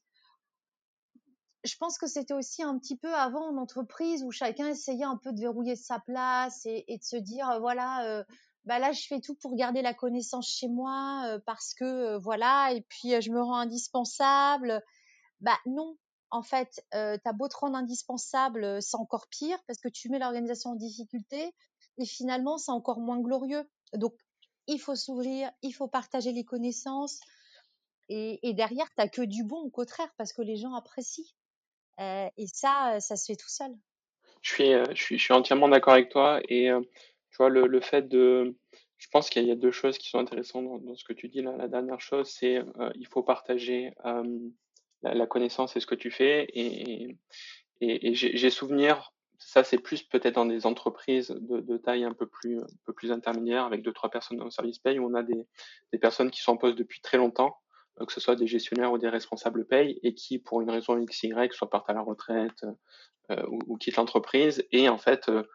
je pense que c'était aussi un petit peu avant en entreprise où chacun essayait un peu de verrouiller sa place et, et de se dire euh, voilà euh, bah là je fais tout pour garder la connaissance chez moi euh, parce que euh, voilà et puis euh, je me rends indispensable. Bah non, en fait, euh, tu as beau te rendre indispensable, euh, c'est encore pire parce que tu mets l'organisation en difficulté et finalement, c'est encore moins glorieux. Donc, il faut s'ouvrir, il faut partager les connaissances et, et derrière, tu que du bon au contraire parce que les gens apprécient. Euh, et ça, euh, ça se fait tout seul. Je suis, euh, je suis, je suis entièrement d'accord avec toi et euh, tu vois, le, le fait de. Je pense qu'il y a deux choses qui sont intéressantes dans, dans ce que tu dis là. La dernière chose, c'est euh, il faut partager euh, la, la connaissance et ce que tu fais. Et, et, et- et j'ai j'ai souvenir, ça c'est plus peut-être dans des entreprises de, de taille un peu plus, un peu plus intermédiaire, avec deux, trois personnes dans le service paye, où on a des, des personnes qui sont en poste depuis très longtemps, euh, que ce soit des gestionnaires ou des responsables paye, et qui, pour une raison X, Y, soit partent à la retraite euh, ou, ou quittent l'entreprise. Et en fait, euh,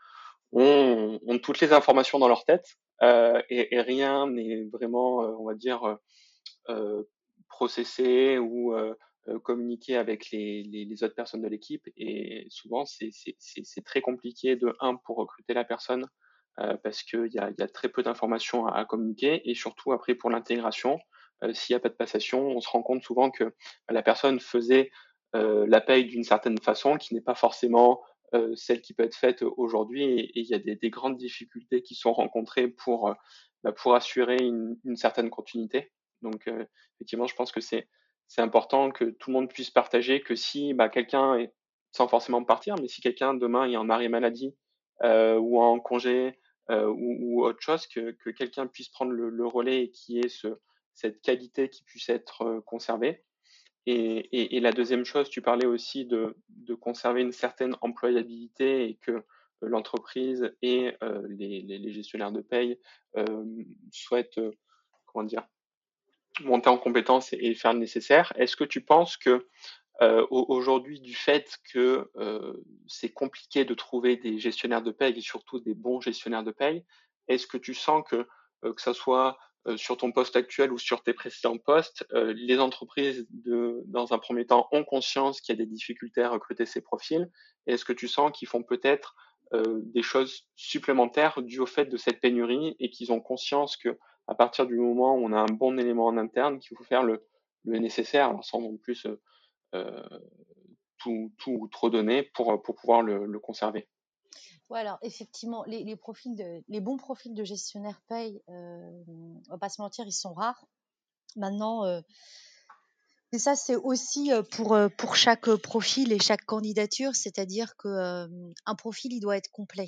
ont, ont toutes les informations dans leur tête euh, et, et rien n'est vraiment, euh, on va dire, euh, processé ou euh, euh, communiquer avec les, les, les autres personnes de l'équipe. Et souvent, c'est c'est- c'est- c'est très compliqué de un pour recruter la personne euh, parce qu'il y a, il y a très peu d'informations à, à communiquer et surtout après pour l'intégration, euh, s'il n'y a pas de passation, on se rend compte souvent que la personne faisait euh, la paye d'une certaine façon qui n'est pas forcément euh, celle qui peut être faite aujourd'hui et, et il y a des, des grandes difficultés qui sont rencontrées pour, euh, bah, pour assurer une, une certaine continuité. Donc, euh, effectivement, je pense que c'est c'est important que tout le monde puisse partager que si bah, quelqu'un est sans forcément partir, mais si quelqu'un demain est en arrêt maladie euh, ou en congé euh, ou, ou autre chose, que, que quelqu'un puisse prendre le, le relais et qu'il y ait ce, cette qualité qui puisse être euh, conservée. Et, et, et la deuxième chose, tu parlais aussi de, de conserver une certaine employabilité et que l'entreprise et euh, les, les, les gestionnaires de paye euh, souhaitent, euh, comment dire, monter en compétence et, et faire le nécessaire. Est-ce que tu penses que euh, aujourd'hui, du fait que euh, c'est compliqué de trouver des gestionnaires de paye et surtout des bons gestionnaires de paye, est-ce que tu sens que euh, que ça soit euh, sur ton poste actuel ou sur tes précédents postes, euh, les entreprises de, dans un premier temps ont conscience qu'il y a des difficultés à recruter ces profils? Et est-ce que tu sens qu'ils font peut-être euh, des choses supplémentaires dues au fait de cette pénurie et qu'ils ont conscience que à partir du moment où on a un bon élément en interne, qu'il faut faire le, le nécessaire, alors sans non plus euh, euh, tout, tout trop donner pour, pour pouvoir le, le conserver. Ouais, alors effectivement, les, les profils de, les bons profils de gestionnaire paye, euh, on va pas se mentir, ils sont rares. Maintenant, euh, et ça c'est aussi euh, pour euh, pour chaque profil et chaque candidature, c'est-à-dire que euh, un profil il doit être complet.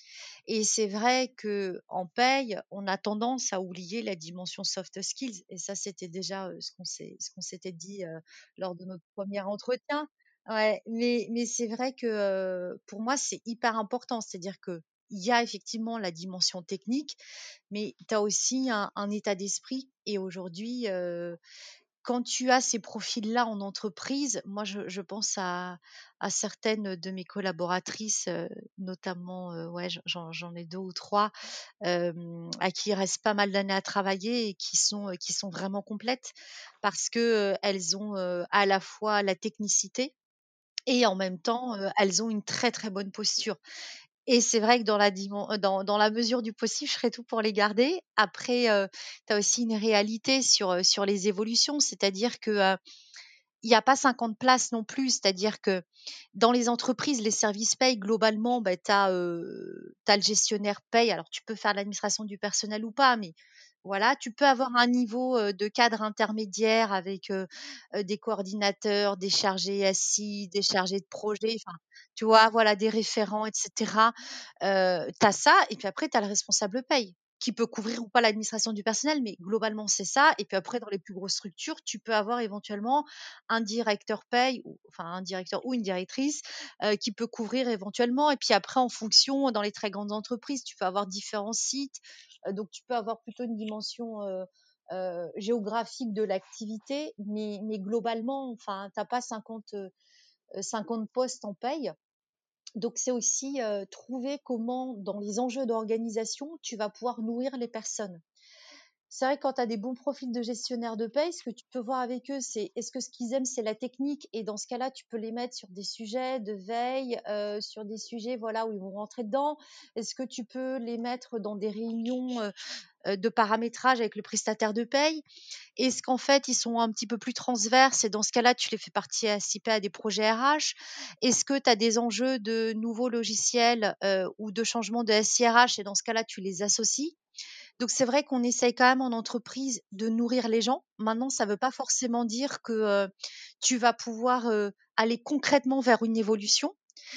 Et c'est vrai que en paye, on a tendance à oublier la dimension soft skills. Et ça, c'était déjà euh, ce qu'on s'est, ce qu'on s'était dit euh, lors de notre premier entretien. Ouais, mais, mais c'est vrai que euh, pour moi, c'est hyper important. C'est-à-dire que il y a effectivement la dimension technique, mais tu as aussi un, un état d'esprit. Et aujourd'hui, euh, quand tu as ces profils-là en entreprise, moi, je, je pense à, à certaines de mes collaboratrices, euh, notamment, euh, ouais, j'en, j'en ai deux ou trois, euh, à qui il reste pas mal d'années à travailler et qui sont, euh, qui sont vraiment complètes parce que euh, elles ont euh, à la fois la technicité et en même temps, euh, elles ont une très très bonne posture. Et c'est vrai que dans la, dimen- euh, dans, dans la mesure du possible, je ferai tout pour les garder. Après, euh, tu as aussi une réalité sur, euh, sur les évolutions, c'est-à-dire que euh, il n'y a pas cinquante places non plus. C'est-à-dire que dans les entreprises, les services paye, globalement, bah, tu as euh, le gestionnaire paye. Alors, tu peux faire l'administration du personnel ou pas, mais voilà, tu peux avoir un niveau euh, de cadre intermédiaire avec euh, euh, des coordinateurs, des chargés assis, des chargés de projet, enfin, tu vois, voilà, des référents, et cetera. Euh, tu as ça, et puis après, tu as le responsable paye qui peut couvrir ou pas l'administration du personnel, mais globalement, c'est ça. Et puis après, dans les plus grosses structures, tu peux avoir éventuellement un directeur paye, ou, enfin un directeur ou une directrice euh, qui peut couvrir éventuellement. Et puis après, en fonction, dans les très grandes entreprises, tu peux avoir différents sites. Euh, donc, tu peux avoir plutôt une dimension euh, euh, géographique de l'activité, mais, mais globalement, enfin, tu n'as pas cinquante, euh, cinquante postes en paye. Donc, c'est aussi euh, trouver comment, dans les enjeux d'organisation, tu vas pouvoir nourrir les personnes. C'est vrai que quand tu as des bons profils de gestionnaires de paye, ce que tu peux voir avec eux, c'est est-ce que ce qu'ils aiment, c'est la technique, et dans ce cas-là, tu peux les mettre sur des sujets de veille, euh, sur des sujets voilà où ils vont rentrer dedans. Est-ce que tu peux les mettre dans des réunions euh, de paramétrage avec le prestataire de paye? Est-ce qu'en fait, ils sont un petit peu plus transverses et dans ce cas-là, tu les fais participer à des projets R H? Est-ce que tu as des enjeux de nouveaux logiciels euh, ou de changement de S I R H et dans ce cas-là, tu les associes? Donc c'est vrai qu'on essaye quand même en entreprise de nourrir les gens. Maintenant, ça ne veut pas forcément dire que euh, tu vas pouvoir euh, aller concrètement vers une évolution,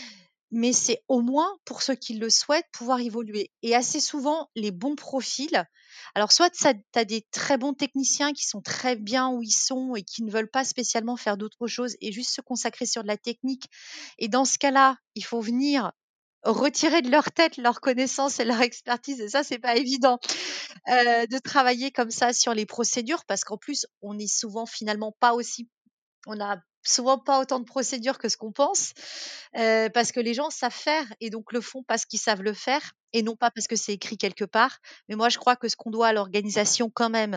mais c'est au moins, pour ceux qui le souhaitent, pouvoir évoluer. Et assez souvent, les bons profils, alors soit tu as des très bons techniciens qui sont très bien où ils sont et qui ne veulent pas spécialement faire d'autres choses et juste se consacrer sur de la technique. Et dans ce cas-là, il faut venir retirer de leur tête leur connaissance et leur expertise, et ça, c'est pas évident euh, de travailler comme ça sur les procédures, parce qu'en plus, on est souvent finalement pas aussi, on a souvent pas autant de procédures que ce qu'on pense, euh, parce que les gens savent faire et donc le font parce qu'ils savent le faire et non pas parce que c'est écrit quelque part. Mais moi, je crois que ce qu'on doit à l'organisation quand même,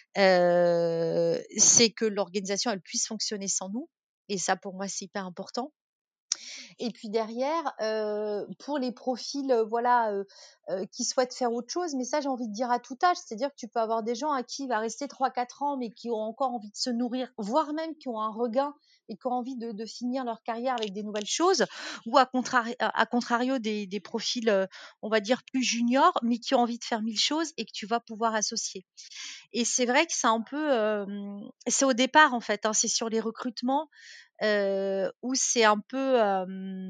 euh, c'est que l'organisation, elle puisse fonctionner sans nous. Et ça, pour moi, c'est hyper important. Et puis derrière, euh, pour les profils, euh, voilà, euh, euh, qui souhaitent faire autre chose, mais ça, j'ai envie de dire à tout âge, c'est-à-dire que tu peux avoir des gens à qui il va rester trois quatre ans, mais qui ont encore envie de se nourrir, voire même qui ont un regain et qui ont envie de, de finir leur carrière avec des nouvelles choses, ou à, contrari- à contrario des, des profils, euh, on va dire, plus juniors, mais qui ont envie de faire mille choses et que tu vas pouvoir associer. Et c'est vrai que c'est un peu, euh, c'est au départ en fait, hein, c'est sur les recrutements euh, où c'est un peu, euh,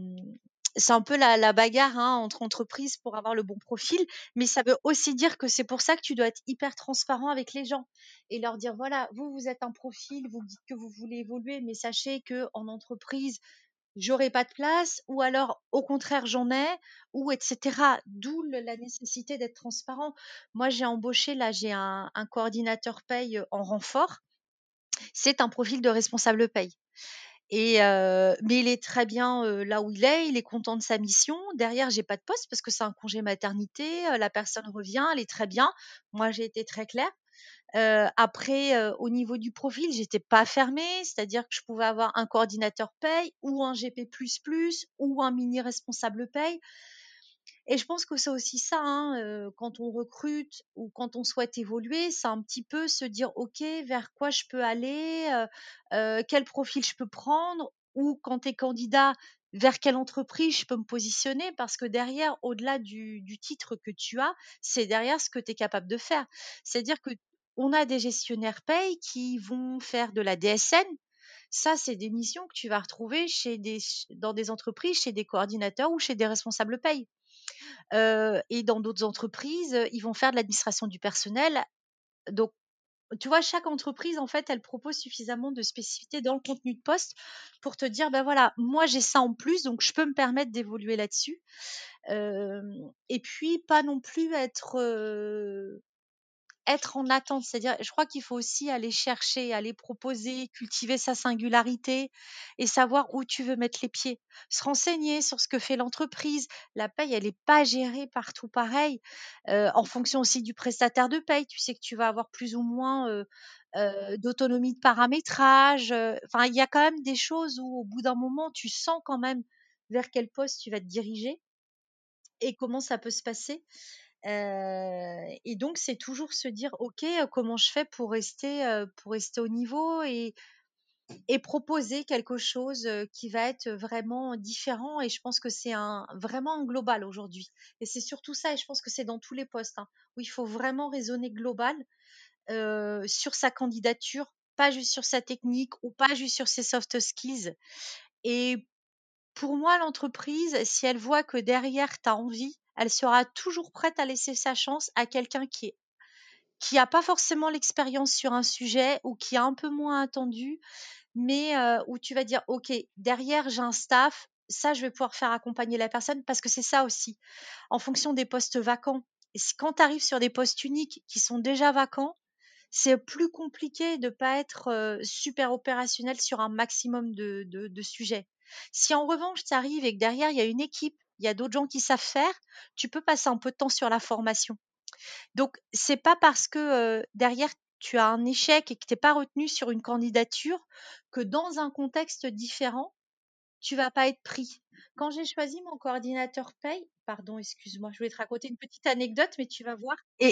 c'est un peu la, la bagarre hein, entre entreprises pour avoir le bon profil, mais ça veut aussi dire que c'est pour ça que tu dois être hyper transparent avec les gens et leur dire voilà, vous vous êtes un profil, vous dites que vous voulez évoluer, mais sachez que en entreprise j'aurai pas de place, ou alors au contraire j'en ai, ou et cetera. D'où le- la nécessité d'être transparent. Moi j'ai embauché là, j'ai un, un coordinateur paye en renfort. C'est un profil de responsable paye. Et euh, mais il est très bien euh, là où il est, il est content de sa mission. Derrière, j'ai pas de poste parce que c'est un congé maternité. euh, la personne revient, elle est très bien. Moi, j'ai été très claire. Euh, après, euh, au niveau du profil, j'étais pas fermée, c'est-à-dire que je pouvais avoir un coordinateur paye ou un G P plus plus ou un mini responsable paye. Et je pense que c'est aussi ça, hein, euh, quand on recrute ou quand on souhaite évoluer, c'est un petit peu se dire, OK, vers quoi je peux aller, euh, euh, quel profil je peux prendre, ou quand tu es candidat, vers quelle entreprise je peux me positionner, parce que derrière, au-delà du, du titre que tu as, c'est derrière ce que tu es capable de faire. C'est-à-dire que on a des gestionnaires paye qui vont faire de la D S N. Ça, c'est des missions que tu vas retrouver chez des, dans des entreprises, chez des coordinateurs ou chez des responsables paye. Euh, et dans d'autres entreprises, euh, ils vont faire de l'administration du personnel. Donc, tu vois, chaque entreprise, en fait, elle propose suffisamment de spécificités dans le contenu de poste pour te dire, ben voilà, moi j'ai ça en plus, donc je peux me permettre d'évoluer là-dessus. Euh, et puis, pas non plus être euh, être en attente, c'est-à-dire, je crois qu'il faut aussi aller chercher, aller proposer, cultiver sa singularité et savoir où tu veux mettre les pieds. Se renseigner sur ce que fait l'entreprise. La paye, elle n'est pas gérée partout pareil. Euh, en fonction aussi du prestataire de paye, tu sais que tu vas avoir plus ou moins euh, euh, d'autonomie de paramétrage. euh, Enfin, il y a quand même des choses où, au bout d'un moment, tu sens quand même vers quel poste tu vas te diriger et comment ça peut se passer. Euh, et donc, c'est toujours se dire, OK, euh, comment je fais pour rester, euh, pour rester au niveau et, et proposer quelque chose euh, qui va être vraiment différent. Et je pense que c'est un, vraiment un global aujourd'hui. Et c'est surtout ça, et je pense que c'est dans tous les postes, hein, où il faut vraiment raisonner global euh, sur sa candidature, pas juste sur sa technique ou pas juste sur ses soft skills. Et pour moi, l'entreprise, si elle voit que derrière, tu as envie, elle sera toujours prête à laisser sa chance à quelqu'un qui est qui n'a pas forcément l'expérience sur un sujet ou qui est un peu moins attendu, mais euh, où tu vas dire, OK, derrière, j'ai un staff, ça, je vais pouvoir faire accompagner la personne parce que c'est ça aussi. En fonction des postes vacants, et si- quand tu arrives sur des postes uniques qui sont déjà vacants, c'est plus compliqué de ne pas être euh, super opérationnel sur un maximum de, de, de sujets. Si en revanche, tu arrives et que derrière, il y a une équipe, il y a d'autres gens qui savent faire, tu peux passer un peu de temps sur la formation. Donc, c'est pas parce que euh, derrière tu as un échec et que tu n'es pas retenu sur une candidature que dans un contexte différent, tu vas pas être pris. Quand j'ai choisi mon coordinateur paye, pardon, excuse-moi, je voulais te raconter une petite anecdote, mais tu vas voir. Et,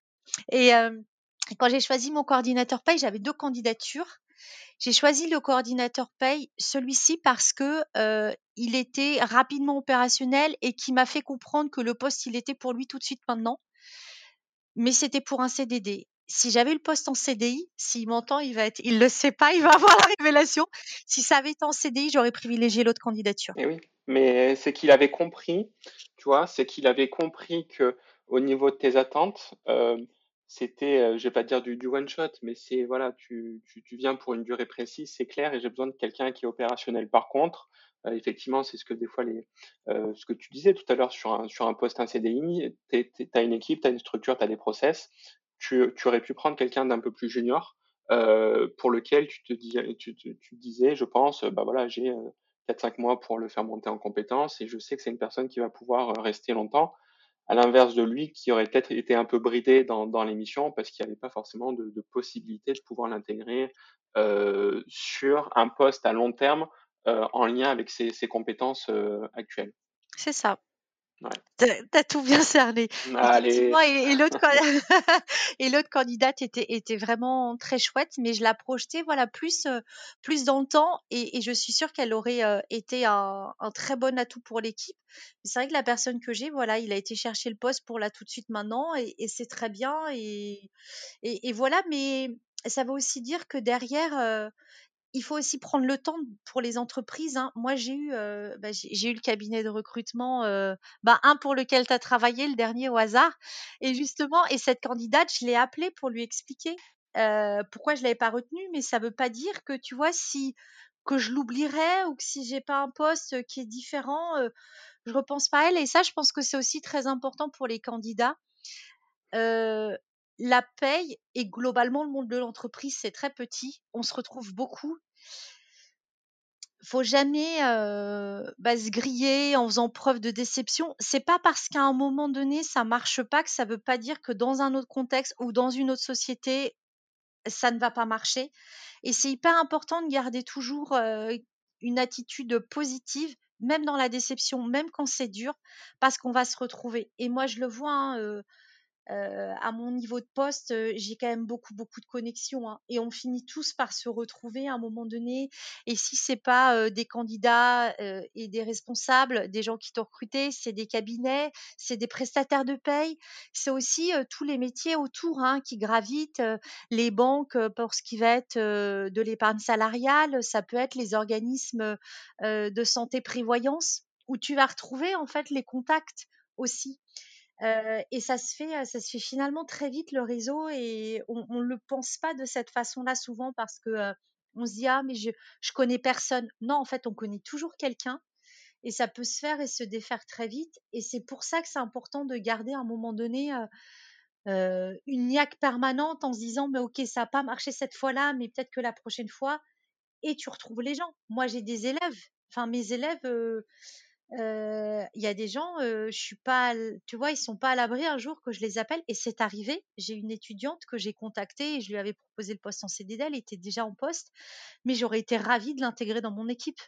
et euh, quand j'ai choisi mon coordinateur paye, j'avais deux candidatures. J'ai choisi le coordinateur paye, celui-ci parce que euh, il était rapidement opérationnel et qui m'a fait comprendre que le poste, il était pour lui tout de suite maintenant. Mais c'était pour un C D D. Si j'avais le poste en C D I, s'il m'entend, il va être, il le sait pas, il va avoir la révélation. Si ça avait été en C D I, j'aurais privilégié l'autre candidature. Et oui, mais c'est qu'il avait compris, tu vois, c'est qu'il avait compris que au niveau de tes attentes, euh, c'était, euh, je vais pas te dire du, du one shot, mais c'est voilà, tu, tu, tu viens pour une durée précise, c'est clair, et j'ai besoin de quelqu'un qui est opérationnel. Par contre, euh, effectivement, c'est ce que des fois les, euh, ce que tu disais tout à l'heure sur un sur un poste un C D I, tu as une équipe, tu as une structure, tu as des process. Tu, tu aurais pu prendre quelqu'un d'un peu plus junior euh, pour lequel tu te, dis, tu, tu, tu te disais, je pense, bah voilà, j'ai euh, quatre cinq mois pour le faire monter en compétences et je sais que c'est une personne qui va pouvoir euh, rester longtemps, à l'inverse de lui qui aurait peut-être été un peu bridé dans, dans l'émission parce qu'il n'y avait pas forcément de, de possibilité de pouvoir l'intégrer euh, sur un poste à long terme euh, en lien avec ses, ses compétences euh, actuelles. C'est ça. Ouais. Tu as tout bien cerné. Allez. Effectivement, et, et l'autre et l'autre candidate était, était vraiment très chouette, mais je la projetais voilà plus euh, plus dans le temps et, et je suis sûre qu'elle aurait euh, été un, un très bon atout pour l'équipe. Mais c'est vrai que la personne que j'ai, voilà, il a été chercher le poste pour là tout de suite maintenant et, et c'est très bien et, et, et voilà. Mais ça veut aussi dire que derrière, euh, il faut aussi prendre le temps pour les entreprises. Hein. Moi, j'ai eu, euh, bah, j'ai, j'ai eu le cabinet de recrutement, euh, bah, un pour lequel tu as travaillé, le dernier au hasard. Et justement, et cette candidate, je l'ai appelée pour lui expliquer euh, pourquoi je l'avais pas retenue, mais ça veut pas dire que tu vois si que je l'oublierais ou que si j'ai pas un poste qui est différent, euh, je repense pas à elle. Et ça, je pense que c'est aussi très important pour les candidats. Euh, la paye et globalement le monde de l'entreprise, c'est très petit. On se retrouve beaucoup. Faut jamais euh, bah, se griller en faisant preuve de déception. C'est pas parce qu'à un moment donné ça marche pas que ça veut pas dire que dans un autre contexte ou dans une autre société ça ne va pas marcher. Et c'est hyper important de garder toujours euh, une attitude positive, même dans la déception, même quand c'est dur, parce qu'on va se retrouver. Et moi je le vois. Hein, euh, euh, à mon niveau de poste, euh, j'ai quand même beaucoup, beaucoup de connexions. Hein, et on finit tous par se retrouver à un moment donné. Et si c'est pas euh, des candidats euh, et des responsables, des gens qui t'ont recruté, c'est des cabinets, c'est des prestataires de paye, c'est aussi euh, tous les métiers autour hein, qui gravitent, euh, les banques euh, pour ce qui va être euh, de l'épargne salariale, ça peut être les organismes euh, de santé prévoyance où tu vas retrouver en fait les contacts aussi. Euh, et ça se fait, ça se fait finalement très vite le réseau et on, on le pense pas de cette façon-là souvent parce que euh, on se dit ah mais je je connais personne. Non en fait on connaît toujours quelqu'un et ça peut se faire et se défaire très vite et c'est pour ça que c'est important de garder à un moment donné euh, euh, une niaque permanente en se disant mais ok ça a pas marché cette fois-là mais peut-être que la prochaine fois et tu retrouves les gens. Moi j'ai des élèves, enfin mes élèves euh, Heu, il y a des gens, heu, je suis pas l tu vois, ils sont pas à l'abri un jour que je les appelle et c'est arrivé. J'ai une étudiante que j'ai contactée et je lui avais proposé le poste en C D D, elle était déjà en poste, mais j'aurais été ravie de l'intégrer dans mon équipe.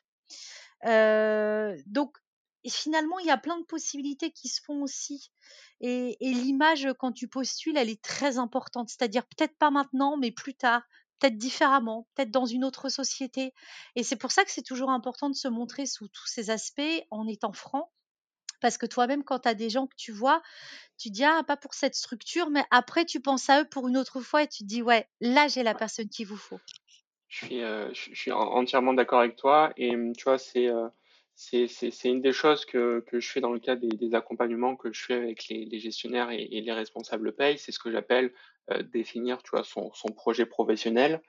Heu, donc et finalement, il y a plein de possibilités qui se font aussi et et l'image, quand tu postules, elle est très importante. C'est-à-dire peut-être pas maintenant, mais plus tard, peut-être différemment, peut-être dans une autre société et c'est pour ça que c'est toujours important de se montrer sous tous ces aspects en étant franc. Parce que toi-même, quand tu as des gens que tu vois, tu dis: «Ah, pas pour cette structure», mais après tu penses à eux pour une autre fois et tu te dis: «Ouais, là, j'ai la personne qu'il vous faut». Je suis, euh, je, je suis en- entièrement d'accord avec toi et hum, tu vois, c'est euh, c'est c'est c'est une des choses que que je fais dans le cadre des, des accompagnements que je fais avec les, les gestionnaires et, et les responsables paye, c'est ce que j'appelle euh, définir, tu vois, son son projet professionnel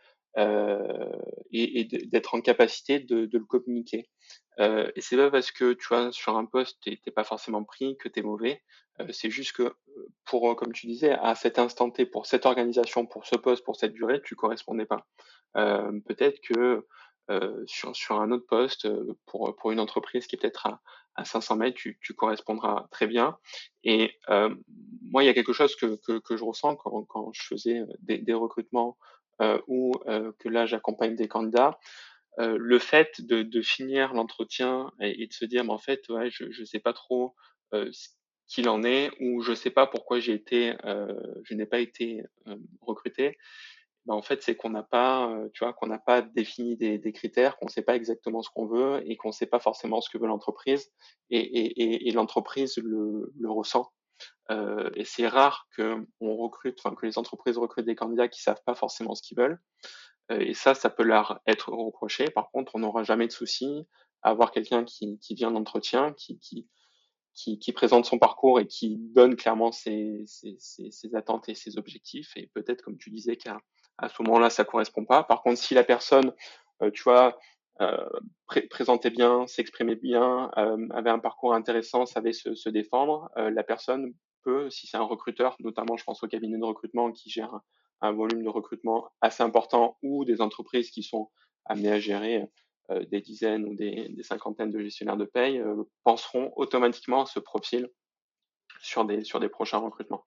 euh, et, et de- d'être en capacité de, de le communiquer. Euh, et c'est pas parce que tu vois sur un poste t'es t'es pas forcément pris que t'es mauvais. Euh, c'est juste que pour, euh, comme tu disais, à cet instant T, pour cette organisation, pour ce poste, pour cette durée, tu correspondais pas. Euh, peut-être que euh, sur, sur un autre poste, euh, pour, pour une entreprise qui est peut-être à, à cinq cents mètres, tu, tu correspondras très bien. Et euh, moi, il y a quelque chose que, que, que je ressens quand, quand je faisais des, des recrutements euh, ou euh, que là, j'accompagne des candidats. Euh, le fait de, de finir l'entretien et, et de se dire, mais en fait, ouais, je ne sais pas trop euh, ce qu'il en est ou je sais pas pourquoi j'ai été, euh, je n'ai pas été euh, recruté, bah, en fait, c'est qu'on n'a pas, euh, tu vois, qu'on n'a pas défini des, des critères, qu'on ne sait pas exactement ce qu'on veut et qu'on ne sait pas forcément ce que veut l'entreprise et, et, et, et l'entreprise le, le ressent. Euh, et c'est rare que on recrute, enfin que les entreprises recrutent des candidats qui savent pas forcément ce qu'ils veulent. Euh, et ça, ça peut leur être reproché. Par contre, on n'aura jamais de souci à avoir quelqu'un qui, qui vient d'entretien, qui, qui, qui, qui présente son parcours et qui donne clairement ses, ses, ses, ses attentes et ses objectifs. Et peut-être, comme tu disais, qu'à à ce moment-là, ça correspond pas. Par contre, si la personne, euh, tu vois, euh, pré- présentait bien, s'exprimait bien, euh, avait un parcours intéressant, savait se, se défendre, euh, la personne peut, si c'est un recruteur, notamment je pense au cabinet de recrutement qui gère un volume de recrutement assez important ou des entreprises qui sont amenées à gérer euh, des dizaines ou des, des, cinquantaines de gestionnaires de paye euh, penseront automatiquement à ce profil sur des, sur des prochains recrutements.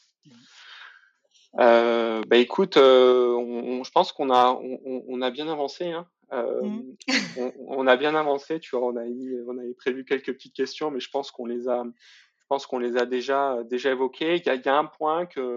Euh, bah écoute, euh, on, on, je pense qu'on a, on, on a bien avancé. Hein. Euh, mmh. on, on a bien avancé. Tu vois, on a, eu, on avait prévu quelques petites questions, mais je pense qu'on les a, je pense qu'on les a déjà, déjà évoquées. Il y a, il y a un point que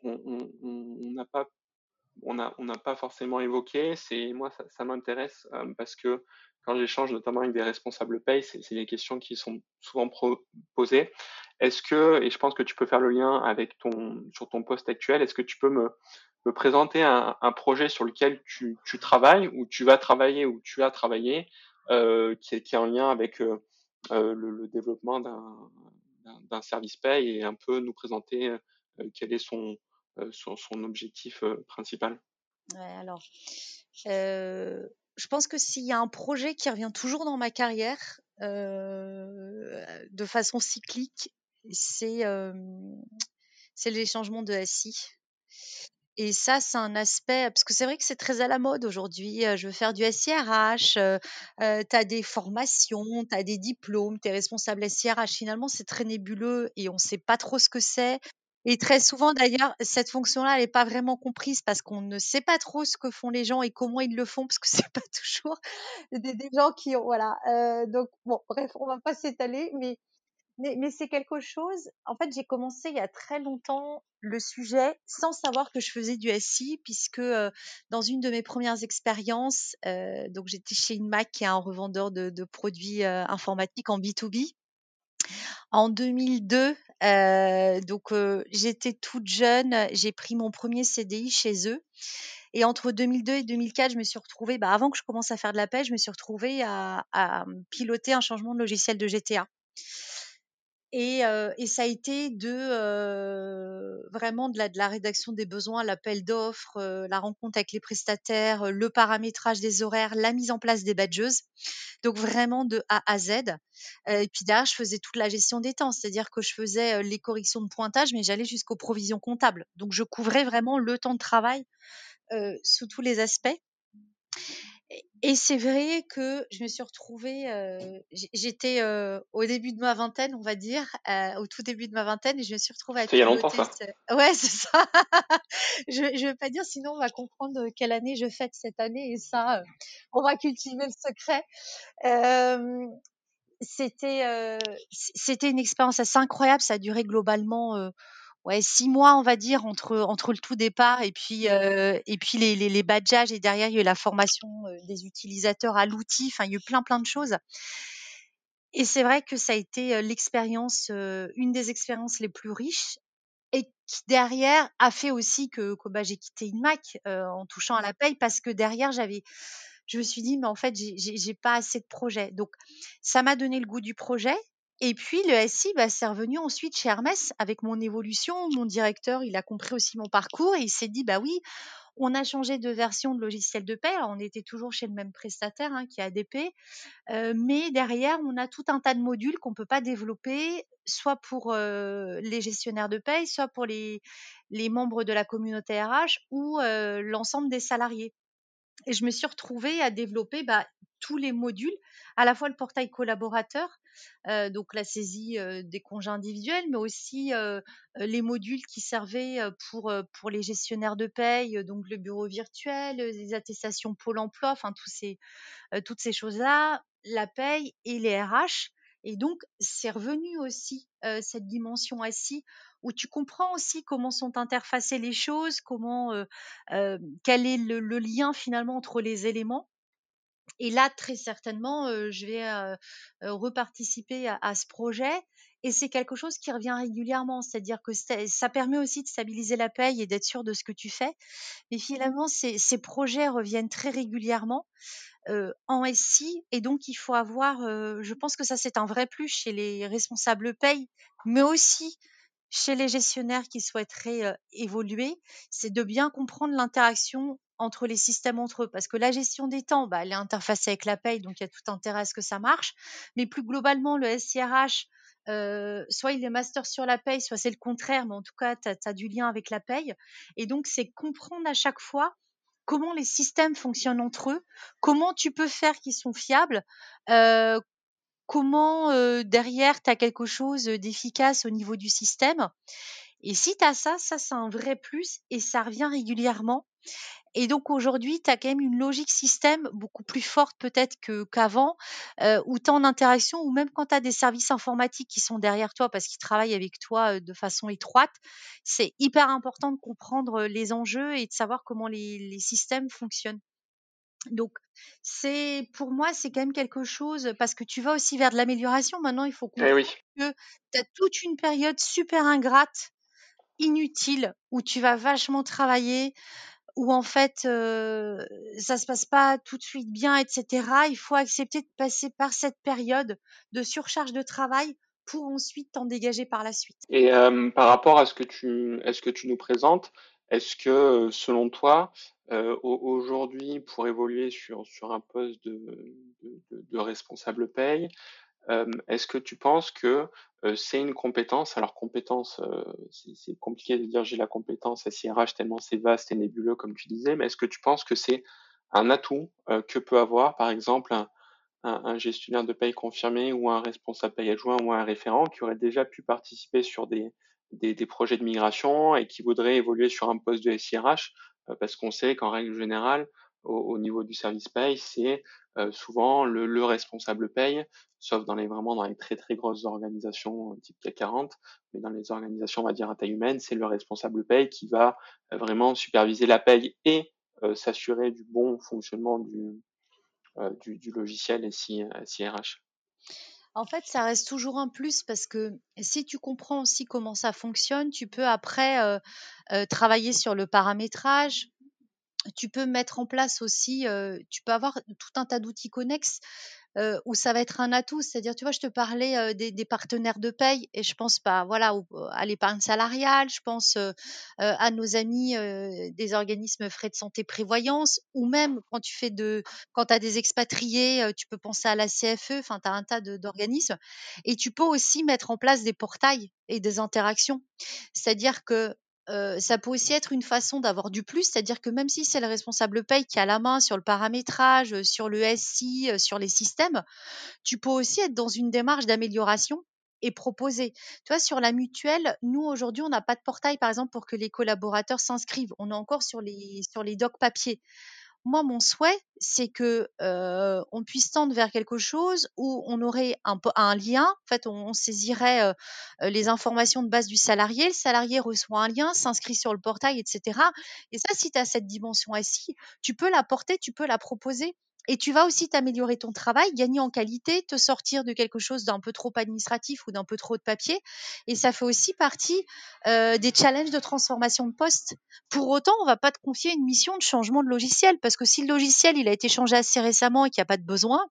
on n'a pas, on n'a on n'a pas forcément évoqué. C'est moi, ça, ça m'intéresse euh, parce que quand j'échange notamment avec des responsables paye, c'est, c'est des questions qui sont souvent pro- posées. Est-ce que, et je pense que tu peux faire le lien avec ton, sur ton poste actuel, est-ce que tu peux me, me présenter un, un projet sur lequel tu, tu travailles, ou tu vas travailler, ou tu as travaillé, euh, qui, est, qui est en lien avec euh, euh, le, le développement d'un, d'un, d'un service paye, et un peu nous présenter euh, quel est son, euh, son, son objectif euh, principal. Ouais, alors, euh, je pense que s'il y a un projet qui revient toujours dans ma carrière, euh, de façon cyclique, c'est euh, c'est les changements de S I. Et ça, c'est un aspect, parce que c'est vrai que c'est très à la mode aujourd'hui. Je veux faire du S I R H, euh, euh, tu as des formations, tu as des diplômes, tu es responsable S I R H. Finalement, c'est très nébuleux et on ne sait pas trop ce que c'est. Et très souvent, d'ailleurs, cette fonction-là, elle n'est pas vraiment comprise parce qu'on ne sait pas trop ce que font les gens et comment ils le font, parce que c'est pas toujours des, des gens qui ont, voilà. Euh, donc, bon, bref, on va pas s'étaler, mais mais, mais c'est quelque chose, en fait, j'ai commencé il y a très longtemps le sujet sans savoir que je faisais du S I, puisque euh, dans une de mes premières expériences, euh, donc j'étais chez Inmac, qui est un revendeur de, de produits euh, informatiques en B deux B. En deux mille deux, euh, donc euh, j'étais toute jeune, j'ai pris mon premier C D I chez eux. Et entre deux mille deux et deux mille quatre, je me suis retrouvée, bah, avant que je commence à faire de la paie, je me suis retrouvée à, à piloter un changement de logiciel de G T A. Et, euh, et ça a été de euh, vraiment de la, de la rédaction des besoins, l'appel d'offres, euh, la rencontre avec les prestataires, euh, le paramétrage des horaires, la mise en place des badges. Donc vraiment de A à Z. Euh, et puis derrière, je faisais toute la gestion des temps, c'est-à-dire que je faisais euh, les corrections de pointage, mais j'allais jusqu'aux provisions comptables. Donc je couvrais vraiment le temps de travail euh, sous tous les aspects. Et c'est vrai que je me suis retrouvée, euh, j'étais euh, au début de ma vingtaine, on va dire, euh, au tout début de ma vingtaine, et je me suis retrouvée à C'était il y a longtemps, piloter. ça. Ce... Ouais, c'est ça. je ne vais pas dire, sinon on va comprendre quelle année je fête cette année, et ça, euh, on va cultiver le secret. Euh, c'était, euh, c'était une expérience assez incroyable. Ça a duré globalement euh, ouais, six mois, on va dire, entre, entre le tout départ et puis, euh, et puis les, les, les badges. Et derrière, il y a eu la formation euh, des utilisateurs à l'outil. Enfin, il y a eu plein, plein de choses. Et c'est vrai que ça a été euh, l'expérience, euh, une des expériences les plus riches, et qui derrière a fait aussi que, que bah, j'ai quitté Inmac euh, en touchant à la paye, parce que derrière, j'avais, je me suis dit, mais en fait, j'ai, j'ai, j'ai pas assez de projets. Donc, ça m'a donné le goût du projet. Et puis, le S I, bah, c'est revenu ensuite chez Hermès avec mon évolution. Mon directeur, il a compris aussi mon parcours et il s'est dit, bah oui, on a changé de version de logiciel de paie. Alors, on était toujours chez le même prestataire, hein, qui est A D P. Euh, mais derrière, on a tout un tas de modules qu'on peut pas développer, soit pour euh, les gestionnaires de paie, soit pour les, les membres de la communauté R H ou euh, l'ensemble des salariés. Et je me suis retrouvée à développer bah, tous les modules, à la fois le portail collaborateur, euh, donc la saisie euh, des congés individuels, mais aussi euh, les modules qui servaient pour, pour les gestionnaires de paye, donc le bureau virtuel, les attestations Pôle emploi, enfin tous ces, euh, toutes ces choses-là, la paye et les R H. Et donc, c'est revenu aussi euh, cette dimension S I où tu comprends aussi comment sont interfacées les choses, comment, euh, euh, quel est le, le lien finalement entre les éléments. Et là, très certainement, euh, je vais euh, euh, reparticiper à, à ce projet. Et c'est quelque chose qui revient régulièrement, c'est-à-dire que ça permet aussi de stabiliser la paye et d'être sûr de ce que tu fais. Mais finalement, ces, ces projets reviennent très régulièrement euh, en S I, et donc il faut avoir, euh, je pense que ça c'est un vrai plus chez les responsables paye, mais aussi chez les gestionnaires qui souhaiteraient euh, évoluer, c'est de bien comprendre l'interaction entre les systèmes entre eux, parce que la gestion des temps, bah, elle est interfacée avec la paye, donc il y a tout intérêt à ce que ça marche, mais plus globalement le S I R H, euh, soit il est master sur la paye, soit c'est le contraire, mais en tout cas, tu as du lien avec la paye. Et donc, c'est comprendre à chaque fois comment les systèmes fonctionnent entre eux, comment tu peux faire qu'ils sont fiables, euh, comment euh, derrière, tu as quelque chose d'efficace au niveau du système. Et si tu as ça, ça, c'est un vrai plus et ça revient régulièrement. Et donc aujourd'hui, tu as quand même une logique système beaucoup plus forte peut-être que qu'avant, euh, où tu es en interaction, ou même quand tu as des services informatiques qui sont derrière toi parce qu'ils travaillent avec toi euh, de façon étroite, c'est hyper important de comprendre euh, les enjeux et de savoir comment les, les systèmes fonctionnent. Donc, c'est pour moi, c'est quand même quelque chose parce que tu vas aussi vers de l'amélioration. Maintenant, il faut Eh comprendre oui. que tu as toute une période super ingrate, inutile, où tu vas vachement travailler, où en fait, heu, ça se passe pas tout de suite bien et cetera. Il faut accepter de passer par cette période de surcharge de travail pour ensuite t'en dégager par la suite. Et euh, par rapport à ce que tu, à ce que tu nous présentes, est-ce que euh, selon toi, euh, au- aujourd'hui, pour évoluer sur, sur un poste de, de, de- de responsable paye, euh, est-ce que tu penses que euh, c'est une compétence? Alors compétence, euh, c'est c'est compliqué de dire j'ai la compétence S I R H tellement c'est vaste et nébuleux comme tu disais, mais est-ce que tu penses que c'est un atout euh, que peut avoir par exemple un, un, un gestionnaire de paye confirmé ou un responsable paye adjoint ou un référent qui aurait déjà pu participer sur des, des, des projets de migration et qui voudrait évoluer sur un poste de S I R H, euh, parce qu'on sait qu'en règle générale, au, au niveau du service paye, c'est euh, souvent le, le responsable paye, sauf dans les vraiment dans les très très grosses organisations euh, type C A C quarante, mais dans les organisations on va dire à taille humaine, c'est le responsable paye qui va euh, vraiment superviser la paye et euh, s'assurer du bon fonctionnement du, euh, du, du logiciel S I, S I R H. En fait, ça reste toujours un plus parce que si tu comprends aussi comment ça fonctionne, tu peux après, heu heu, travailler sur le paramétrage. Tu peux mettre en place aussi, heu, tu peux avoir tout un tas d'outils connexes, heu, où ça va être un atout. C'est-à-dire, tu vois, je te parlais, heu, des des partenaires de paye et je pense, bah, voilà, au à l'épargne salariale, je pense, heu heu, à nos amis, heu, des organismes frais de santé prévoyance, ou même quand tu fais de quand tu as des expatriés, heu, tu peux penser à la C F E, enfin, tu as un tas de d'organismes et tu peux aussi mettre en place des portails et des interactions. C'est-à-dire que, heu, ça peut aussi être une façon d'avoir du plus, c'est-à-dire que même si c'est le responsable paye qui a la main sur le paramétrage, heu, sur le S I, heu, sur les systèmes, tu peux aussi être dans une démarche d'amélioration et proposer. Tu vois, sur la mutuelle, nous, aujourd'hui, on n'a pas de portail, par exemple, pour que les collaborateurs s'inscrivent. On est encore sur les sur les docs papier. Moi, mon souhait, c'est que, heu, on puisse tendre vers quelque chose où on aurait un po un lien. En fait, on on saisirait, heu heu, les informations de base du salarié. Le salarié reçoit un lien, s'inscrit sur le portail et cetera et ça, si tu as cette dimension S I, tu peux la porter, tu peux la proposer et tu vas aussi t'améliorer ton travail, gagner en qualité, te sortir de quelque chose d'un peu trop administratif ou d'un peu trop de papier et ça fait aussi partie, heu, des challenges de transformation de poste. Pour autant, on va pas te confier une mission de changement de logiciel parce que si le logiciel, il a été changé assez récemment et qu'il y a pas de besoin,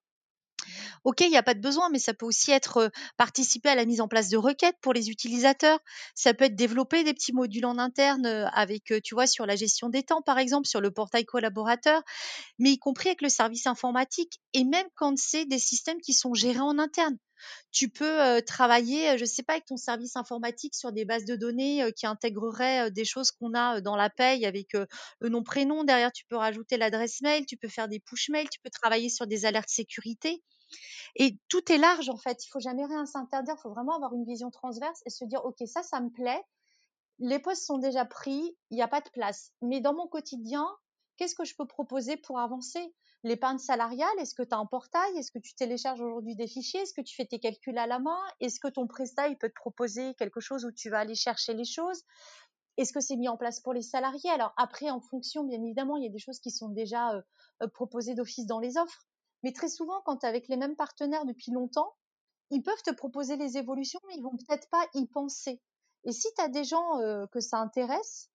OK, il y a pas de besoin, mais ça peut aussi être, heu, participer à la mise en place de requêtes pour les utilisateurs. Ça peut être développer des petits modules en interne, heu, avec, heu, tu vois, sur la gestion des temps, par exemple, sur le portail collaborateur, mais y compris avec le service informatique et même quand c'est des systèmes qui sont gérés en interne. Tu peux, heu, travailler, heu, je sais pas, avec ton service informatique sur des bases de données, heu, qui intégreraient, heu, des choses qu'on a, heu, dans la paye avec, heu, le nom, prénom. Derrière, tu peux rajouter l'adresse mail, tu peux faire des push mails, tu peux travailler sur des alertes sécurité et tout est large, en fait. Il faut jamais rien s'interdire. Il faut vraiment avoir une vision transverse et se dire: «OK, ça, ça me plaît. Les postes sont déjà pris, il y a pas de place. Mais dans mon quotidien, qu'est-ce que je peux proposer pour avancer? L'épargne salariale, est-ce que tu as un portail? Est-ce que tu télécharges aujourd'hui des fichiers? Est-ce que tu fais tes calculs à la main? Est-ce que ton prestat, il peut te proposer quelque chose où tu vas aller chercher les choses? Est-ce que c'est mis en place pour les salariés? Alors après, en fonction, bien évidemment, il y a des choses qui sont déjà euh, euh, proposées d'office dans les offres. Mais très souvent, quand tu es avec les mêmes partenaires depuis longtemps, ils peuvent te proposer les évolutions, mais ils vont peut-être pas y penser. Et si tu as des gens euh, que ça intéresse,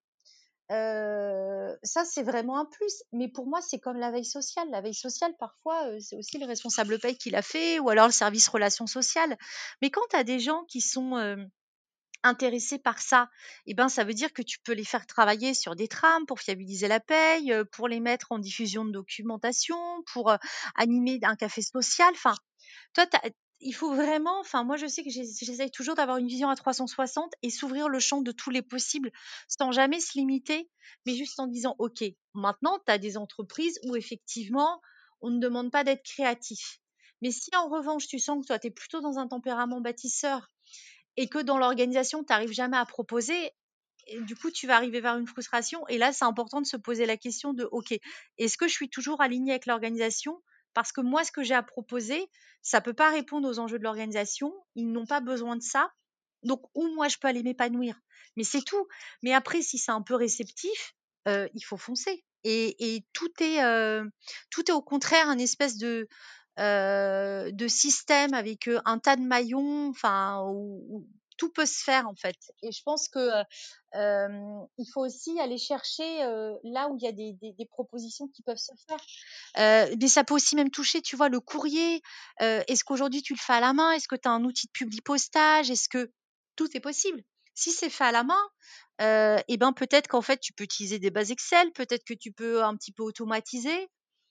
euh, ça c'est vraiment un plus. Mais pour moi, c'est comme la veille sociale. La veille sociale, parfois, euh, c'est aussi le responsable paye qui l'a fait, ou alors le service relations sociales. Mais quand tu as des gens qui sont euh, intéressés par ça, eh ben ça veut dire que tu peux les faire travailler sur des trames pour fiabiliser la paye, euh, pour les mettre en diffusion de documentation, pour euh, animer un café social. Enfin, toi, il faut vraiment, enfin moi je sais que j'ess- j'essaye toujours d'avoir une vision à trois cent soixante et s'ouvrir le champ de tous les possibles sans jamais se limiter, mais juste en disant, ok, maintenant tu as des entreprises où effectivement on ne demande pas d'être créatif. Mais si en revanche tu sens que toi tu es plutôt dans un tempérament bâtisseur et que dans l'organisation tu n'arrives jamais à proposer, et du coup, tu vas arriver vers une frustration. Et là, c'est important de se poser la question de, OK, est-ce que je suis toujours alignée avec l'organisation? Parce que moi, ce que j'ai à proposer, ça peut pas répondre aux enjeux de l'organisation. Ils n'ont pas besoin de ça. Donc, où moi, je peux aller m'épanouir. Mais c'est tout. Mais après, si c'est un peu réceptif, euh, il faut foncer. Et, et tout est, euh, tout est au contraire un espèce de, euh, de système avec euh, un tas de maillons, enfin, où, où tout peut se faire en fait. Et je pense que euh, il faut aussi aller chercher euh, là où il y a des, des, des propositions qui peuvent se faire. Euh, mais ça peut aussi même toucher, tu vois, le courrier. Euh, est-ce qu'aujourd'hui tu le fais à la main? Est-ce que tu as un outil de publi-postage? Est-ce que tout est possible? Si c'est fait à la main, euh, et ben peut-être qu'en fait tu peux utiliser des bases Excel, peut-être que tu peux un petit peu automatiser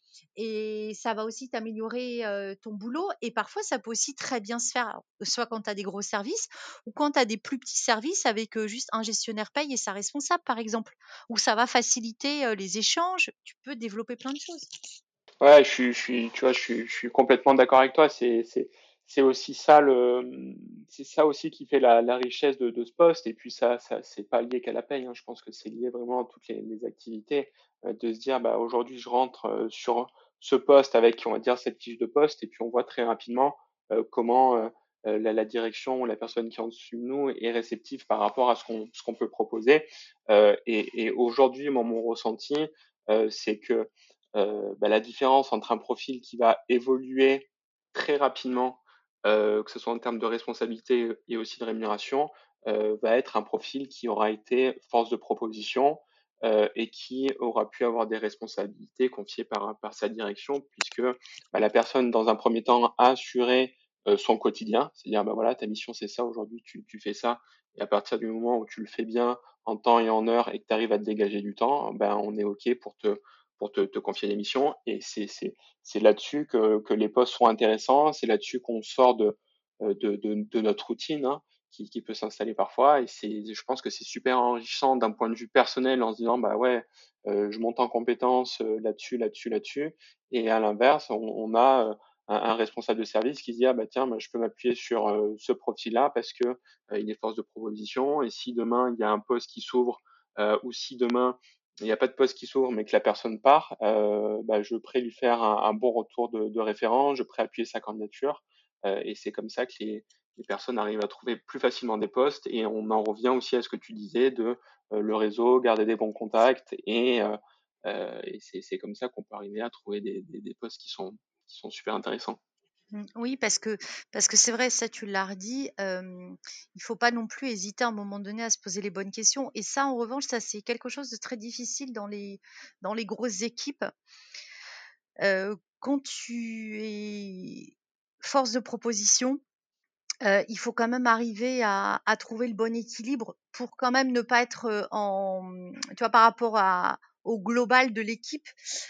et ça va aussi t'améliorer euh, ton boulot. Et parfois, ça peut aussi très bien se faire, alors, soit quand tu as des gros services ou quand tu as des plus petits services avec euh, juste un gestionnaire paye et sa responsable, par exemple, où ça va faciliter euh, les échanges. Tu peux développer plein de choses. Ouais, je suis, je suis, tu vois, je suis, je suis complètement d'accord avec toi. C'est, c'est, c'est aussi ça le, c'est ça aussi qui fait la, la richesse de, de ce poste. Et puis ça, ça, c'est pas lié qu'à la paye, hein. Je pense que c'est lié vraiment à toutes les, les activités, euh, de se dire, bah, aujourd'hui, je rentre euh, sur ce poste avec, on va dire, cette fiche de poste, et puis on voit très rapidement euh, comment euh, euh, la, la direction ou la personne qui est en dessus de nous est réceptive par rapport à ce qu'on, ce qu'on peut proposer. Euh, et, et aujourd'hui, moi, mon ressenti, euh, c'est que euh, bah, la différence entre un profil qui va évoluer très rapidement, euh, que ce soit en termes de responsabilité et aussi de rémunération, euh, va être un profil qui aura été force de proposition euh, et qui aura pu avoir des responsabilités confiées par, par sa direction, puisque bah, la personne, dans un premier temps, a assuré euh, son quotidien, c'est-à-dire, bah, voilà, ta mission, c'est ça, aujourd'hui, tu, tu fais ça, et à partir du moment où tu le fais bien, en temps et en heure, et que tu arrives à te dégager du temps, ben, on est OK pour te pour te, te confier des missions. Et c'est, c'est, c'est là-dessus que, que les postes sont intéressants. C'est là-dessus qu'on sort de, de, de, de notre routine, hein, qui, qui peut s'installer parfois. Et c'est, je pense que c'est super enrichissant d'un point de vue personnel en se disant, bah ouais, euh, je monte en compétences euh, là-dessus, là-dessus, là-dessus. Et à l'inverse, on, on a euh, un, un responsable de service qui se dit, ah bah tiens, bah, je peux m'appuyer sur euh, ce profil-là parce que euh, il est force de proposition. Et si demain il y a un poste qui s'ouvre, euh, ou si demain il n'y a pas de poste qui s'ouvre, mais que la personne part, euh, bah, je prêt lui faire un, un bon retour de, de référence, je prêt appuyer sa candidature. Euh, et c'est comme ça que les, les personnes arrivent à trouver plus facilement des postes. Et on en revient aussi à ce que tu disais de euh, le réseau, garder des bons contacts. Et, euh, euh, et c'est, c'est comme ça qu'on peut arriver à trouver des, des, des postes qui sont, qui sont super intéressants. Mmh, oui, parce que parce que c'est vrai, ça tu l'as redit, hem, il faut pas non plus hésiter à un moment donné à se poser les bonnes questions et ça en revanche, ça c'est quelque chose de très difficile dans les dans les grosses équipes. Heu, quand tu es force de proposition, heu, il faut quand même arriver à à trouver le bon équilibre pour quand même ne pas être, heu, en mmh, tu vois, par rapport à au global de l'équipe.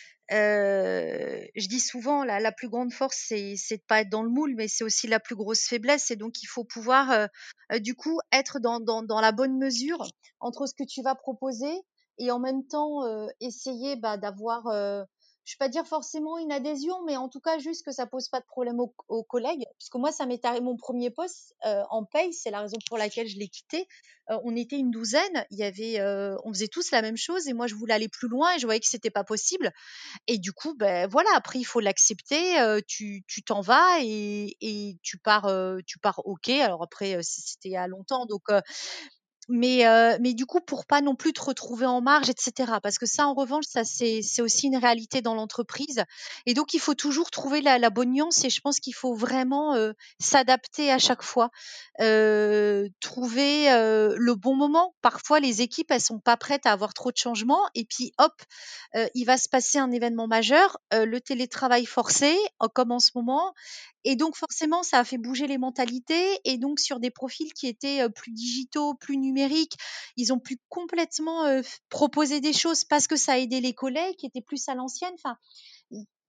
Heu, je dis souvent la la plus grande force, c'est c'est de pas être dans le moule, mais c'est aussi la plus grosse faiblesse et donc il faut pouvoir, heu heu, du coup, être dans dans dans la bonne mesure entre ce que tu vas proposer et en même temps, heu, essayer, bah, d'avoir, heu, je vais pas dire forcément une adhésion, mais en tout cas juste que ça pose pas de problème aux aux collègues. Parce que moi, ça m'est arrivé mon premier poste, heu, en paye, c'est la raison pour laquelle je l'ai quitté. Heu, on était une douzaine, il y avait, heu, on faisait tous la même chose et moi je voulais aller plus loin et je voyais que c'était pas possible et du coup, ben voilà, après il faut l'accepter, heu, tu tu t'en vas et et tu pars, heu, tu pars OK. Alors après, heu, c c'était il y a longtemps donc heu, mais heu, mais du coup, pour pas non plus te retrouver en marge et cetera. Parce que ça, en revanche, ça c'est c'est aussi une réalité dans l'entreprise et donc il faut toujours trouver la la bonne nuance et je pense qu'il faut vraiment, heu, s'adapter à chaque fois, heu, trouver, heu, le bon moment. Parfois, les équipes, elles sont pas prêtes à avoir trop de changements et puis hop, heu, il va se passer un événement majeur, heu, le télétravail forcé, en comme en ce moment et donc forcément, ça a fait bouger les mentalités et donc sur des profils qui étaient, heu, plus digitaux, plus numériques, ils ont pu complètement, heu, f proposer des choses parce que ça a aidé les collègues qui étaient plus à l'ancienne. Enfin,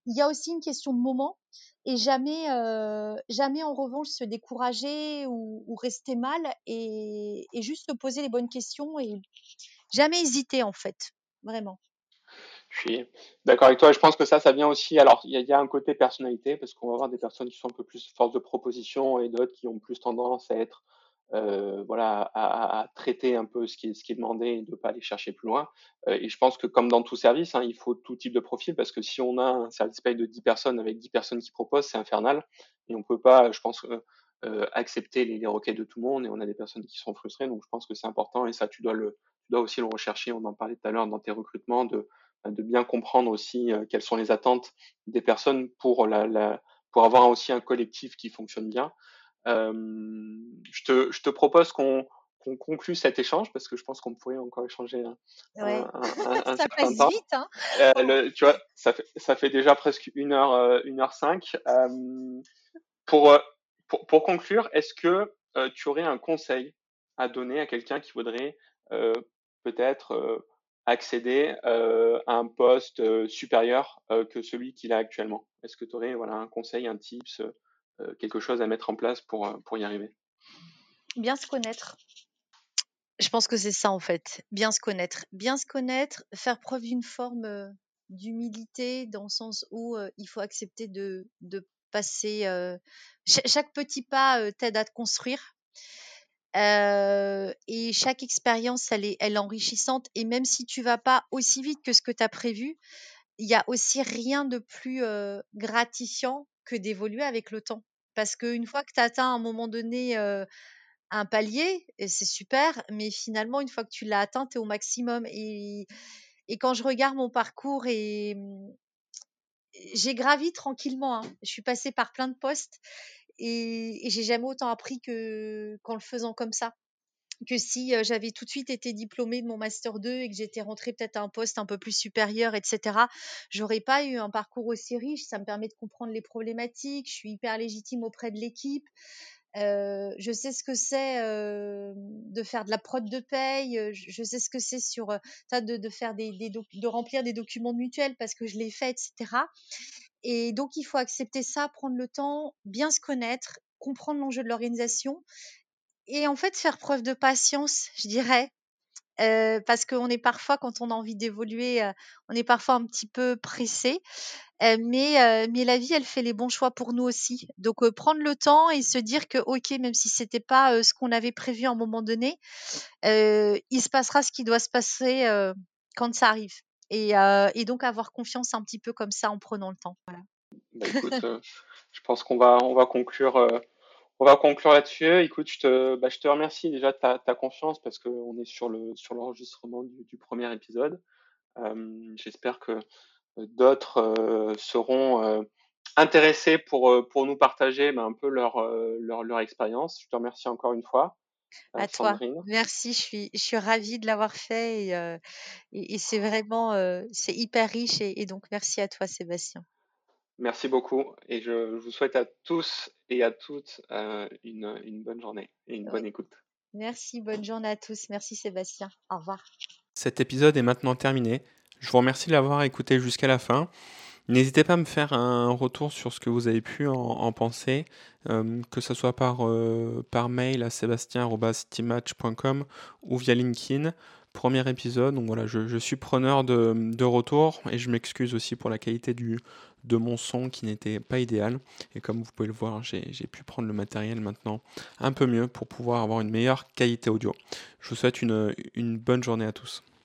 il y a aussi une question de moment et jamais, euh, jamais en revanche se décourager ou, ou rester mal et, et juste se poser les bonnes questions et jamais hésiter en fait, vraiment. Je suis d'accord avec toi. Je pense que ça, ça vient aussi. Alors, il y a, il y a un côté personnalité parce qu'on va avoir des personnes qui sont un peu plus force de proposition et d'autres qui ont plus tendance à être, euh, voilà, à, à- à traiter un peu ce qui est, ce qui est demandé et de pas aller chercher plus loin. Euh, et je pense que comme dans tout service, hein, il faut tout type de profil parce que si on a un service paye de dix personnes avec dix personnes qui proposent, c'est infernal et on peut pas, je pense, euh, euh, accepter les, les requêtes de tout le monde et on a des personnes qui sont frustrées. Donc, je pense que c'est important et ça, tu dois le, tu dois aussi le rechercher. On en parlait tout à l'heure dans tes recrutements de de bien comprendre aussi euh, quelles sont les attentes des personnes pour la, la pour avoir aussi un collectif qui fonctionne bien. Euh, je te je te propose qu'on qu'on conclue cet échange parce que je pense qu'on pourrait encore échanger un, Ouais, un, un, un ça certain passe temps. vite, hein. Euh, le, tu vois, ça fait ça fait déjà presque une heure euh, une heure cinq. Euh, pour, euh, pour pour conclure, est-ce que euh, tu aurais un conseil à donner à quelqu'un qui voudrait euh, peut-être euh, accéder euh, à un poste euh, supérieur euh, que celui qu'il a actuellement? Est-ce que tu aurais voilà un conseil, un tips, euh, quelque chose à mettre en place pour euh, pour y arriver? Bien se connaître. Je pense que c'est ça en fait, bien se connaître. Bien se connaître, faire preuve d'une forme euh, d'humilité dans le sens où euh, il faut accepter de, de passer. euh, cha- chaque petit pas euh, t'aide à te construire. Euh, et chaque expérience, elle est, elle est enrichissante. Et même si tu vas pas aussi vite que ce que tu as prévu, il y a aussi rien de plus euh, gratifiant que d'évoluer avec le temps. Parce qu'une fois que tu as atteint à un moment donné euh, un palier, et c'est super, mais finalement, une fois que tu l'as atteint, tu es au maximum. Et, et quand je regarde mon parcours, et hum, j'ai gravi tranquillement, hein. Je suis passée par plein de postes et, et j'ai jamais autant appris que qu'en le faisant comme ça. Que si euh, j'avais tout de suite été diplômée de mon master deux et que j'étais rentrée peut-être à un poste un peu plus supérieur, et cetera, j'aurais pas eu un parcours aussi riche. Ça me permet de comprendre les problématiques. Je suis hyper légitime auprès de l'équipe. Euh, je sais ce que c'est euh, de faire de la prod de paye. euh, Je, je sais ce que c'est sur euh, ça de, de faire des, des doc- de remplir des documents de mutuelle parce que je l'ai fait, et cetera. Et donc il faut accepter ça, prendre le temps, bien se connaître, comprendre l'enjeu de l'organisation et en fait faire preuve de patience, je dirais. Euh, parce qu'on est parfois, quand on a envie d'évoluer, euh, on est parfois un petit peu pressé. Euh, mais, euh, mais la vie, elle fait les bons choix pour nous aussi. Donc, euh, prendre le temps et se dire que, OK, même si c'était pas euh, ce qu'on avait prévu à un moment donné, euh, il se passera ce qui doit se passer euh, quand ça arrive. Et, euh, et donc, avoir confiance un petit peu comme ça en prenant le temps. Voilà. Bah écoute, euh, je pense qu'on va on va conclure euh, on va conclure là-dessus. Écoute, je te bah, je te remercie déjà de ta, ta confiance parce qu'on est sur le sur l'enregistrement du, du premier épisode. Euh, j'espère que euh, d'autres euh, seront euh, intéressés pour, euh, pour nous partager bah, un peu leur, euh, leur, leur expérience. Je te remercie encore une fois, euh, À toi. Sandrine. Merci, je suis, je suis ravie de l'avoir fait et, euh, et, et c'est vraiment, euh, c'est hyper riche et, et donc merci à toi, Sébastien. Merci beaucoup et je, je vous souhaite à tous et à toutes euh, une, une bonne journée et une Oui. bonne écoute. Merci, bonne journée à tous. Merci, Sébastien. Au revoir. Cet épisode est maintenant terminé. Je vous remercie de l'avoir écouté jusqu'à la fin. N'hésitez pas à me faire un retour sur ce que vous avez pu en, en penser, euh, que ce soit par, euh, par mail à sébastien arobase teammatch point com ou via LinkedIn. Premier épisode, donc voilà, je, je suis preneur de, de retour et je m'excuse aussi pour la qualité du, de mon son qui n'était pas idéal. Et comme vous pouvez le voir, j'ai, j'ai pu prendre le matériel maintenant un peu mieux pour pouvoir avoir une meilleure qualité audio. Je vous souhaite une, une bonne journée à tous.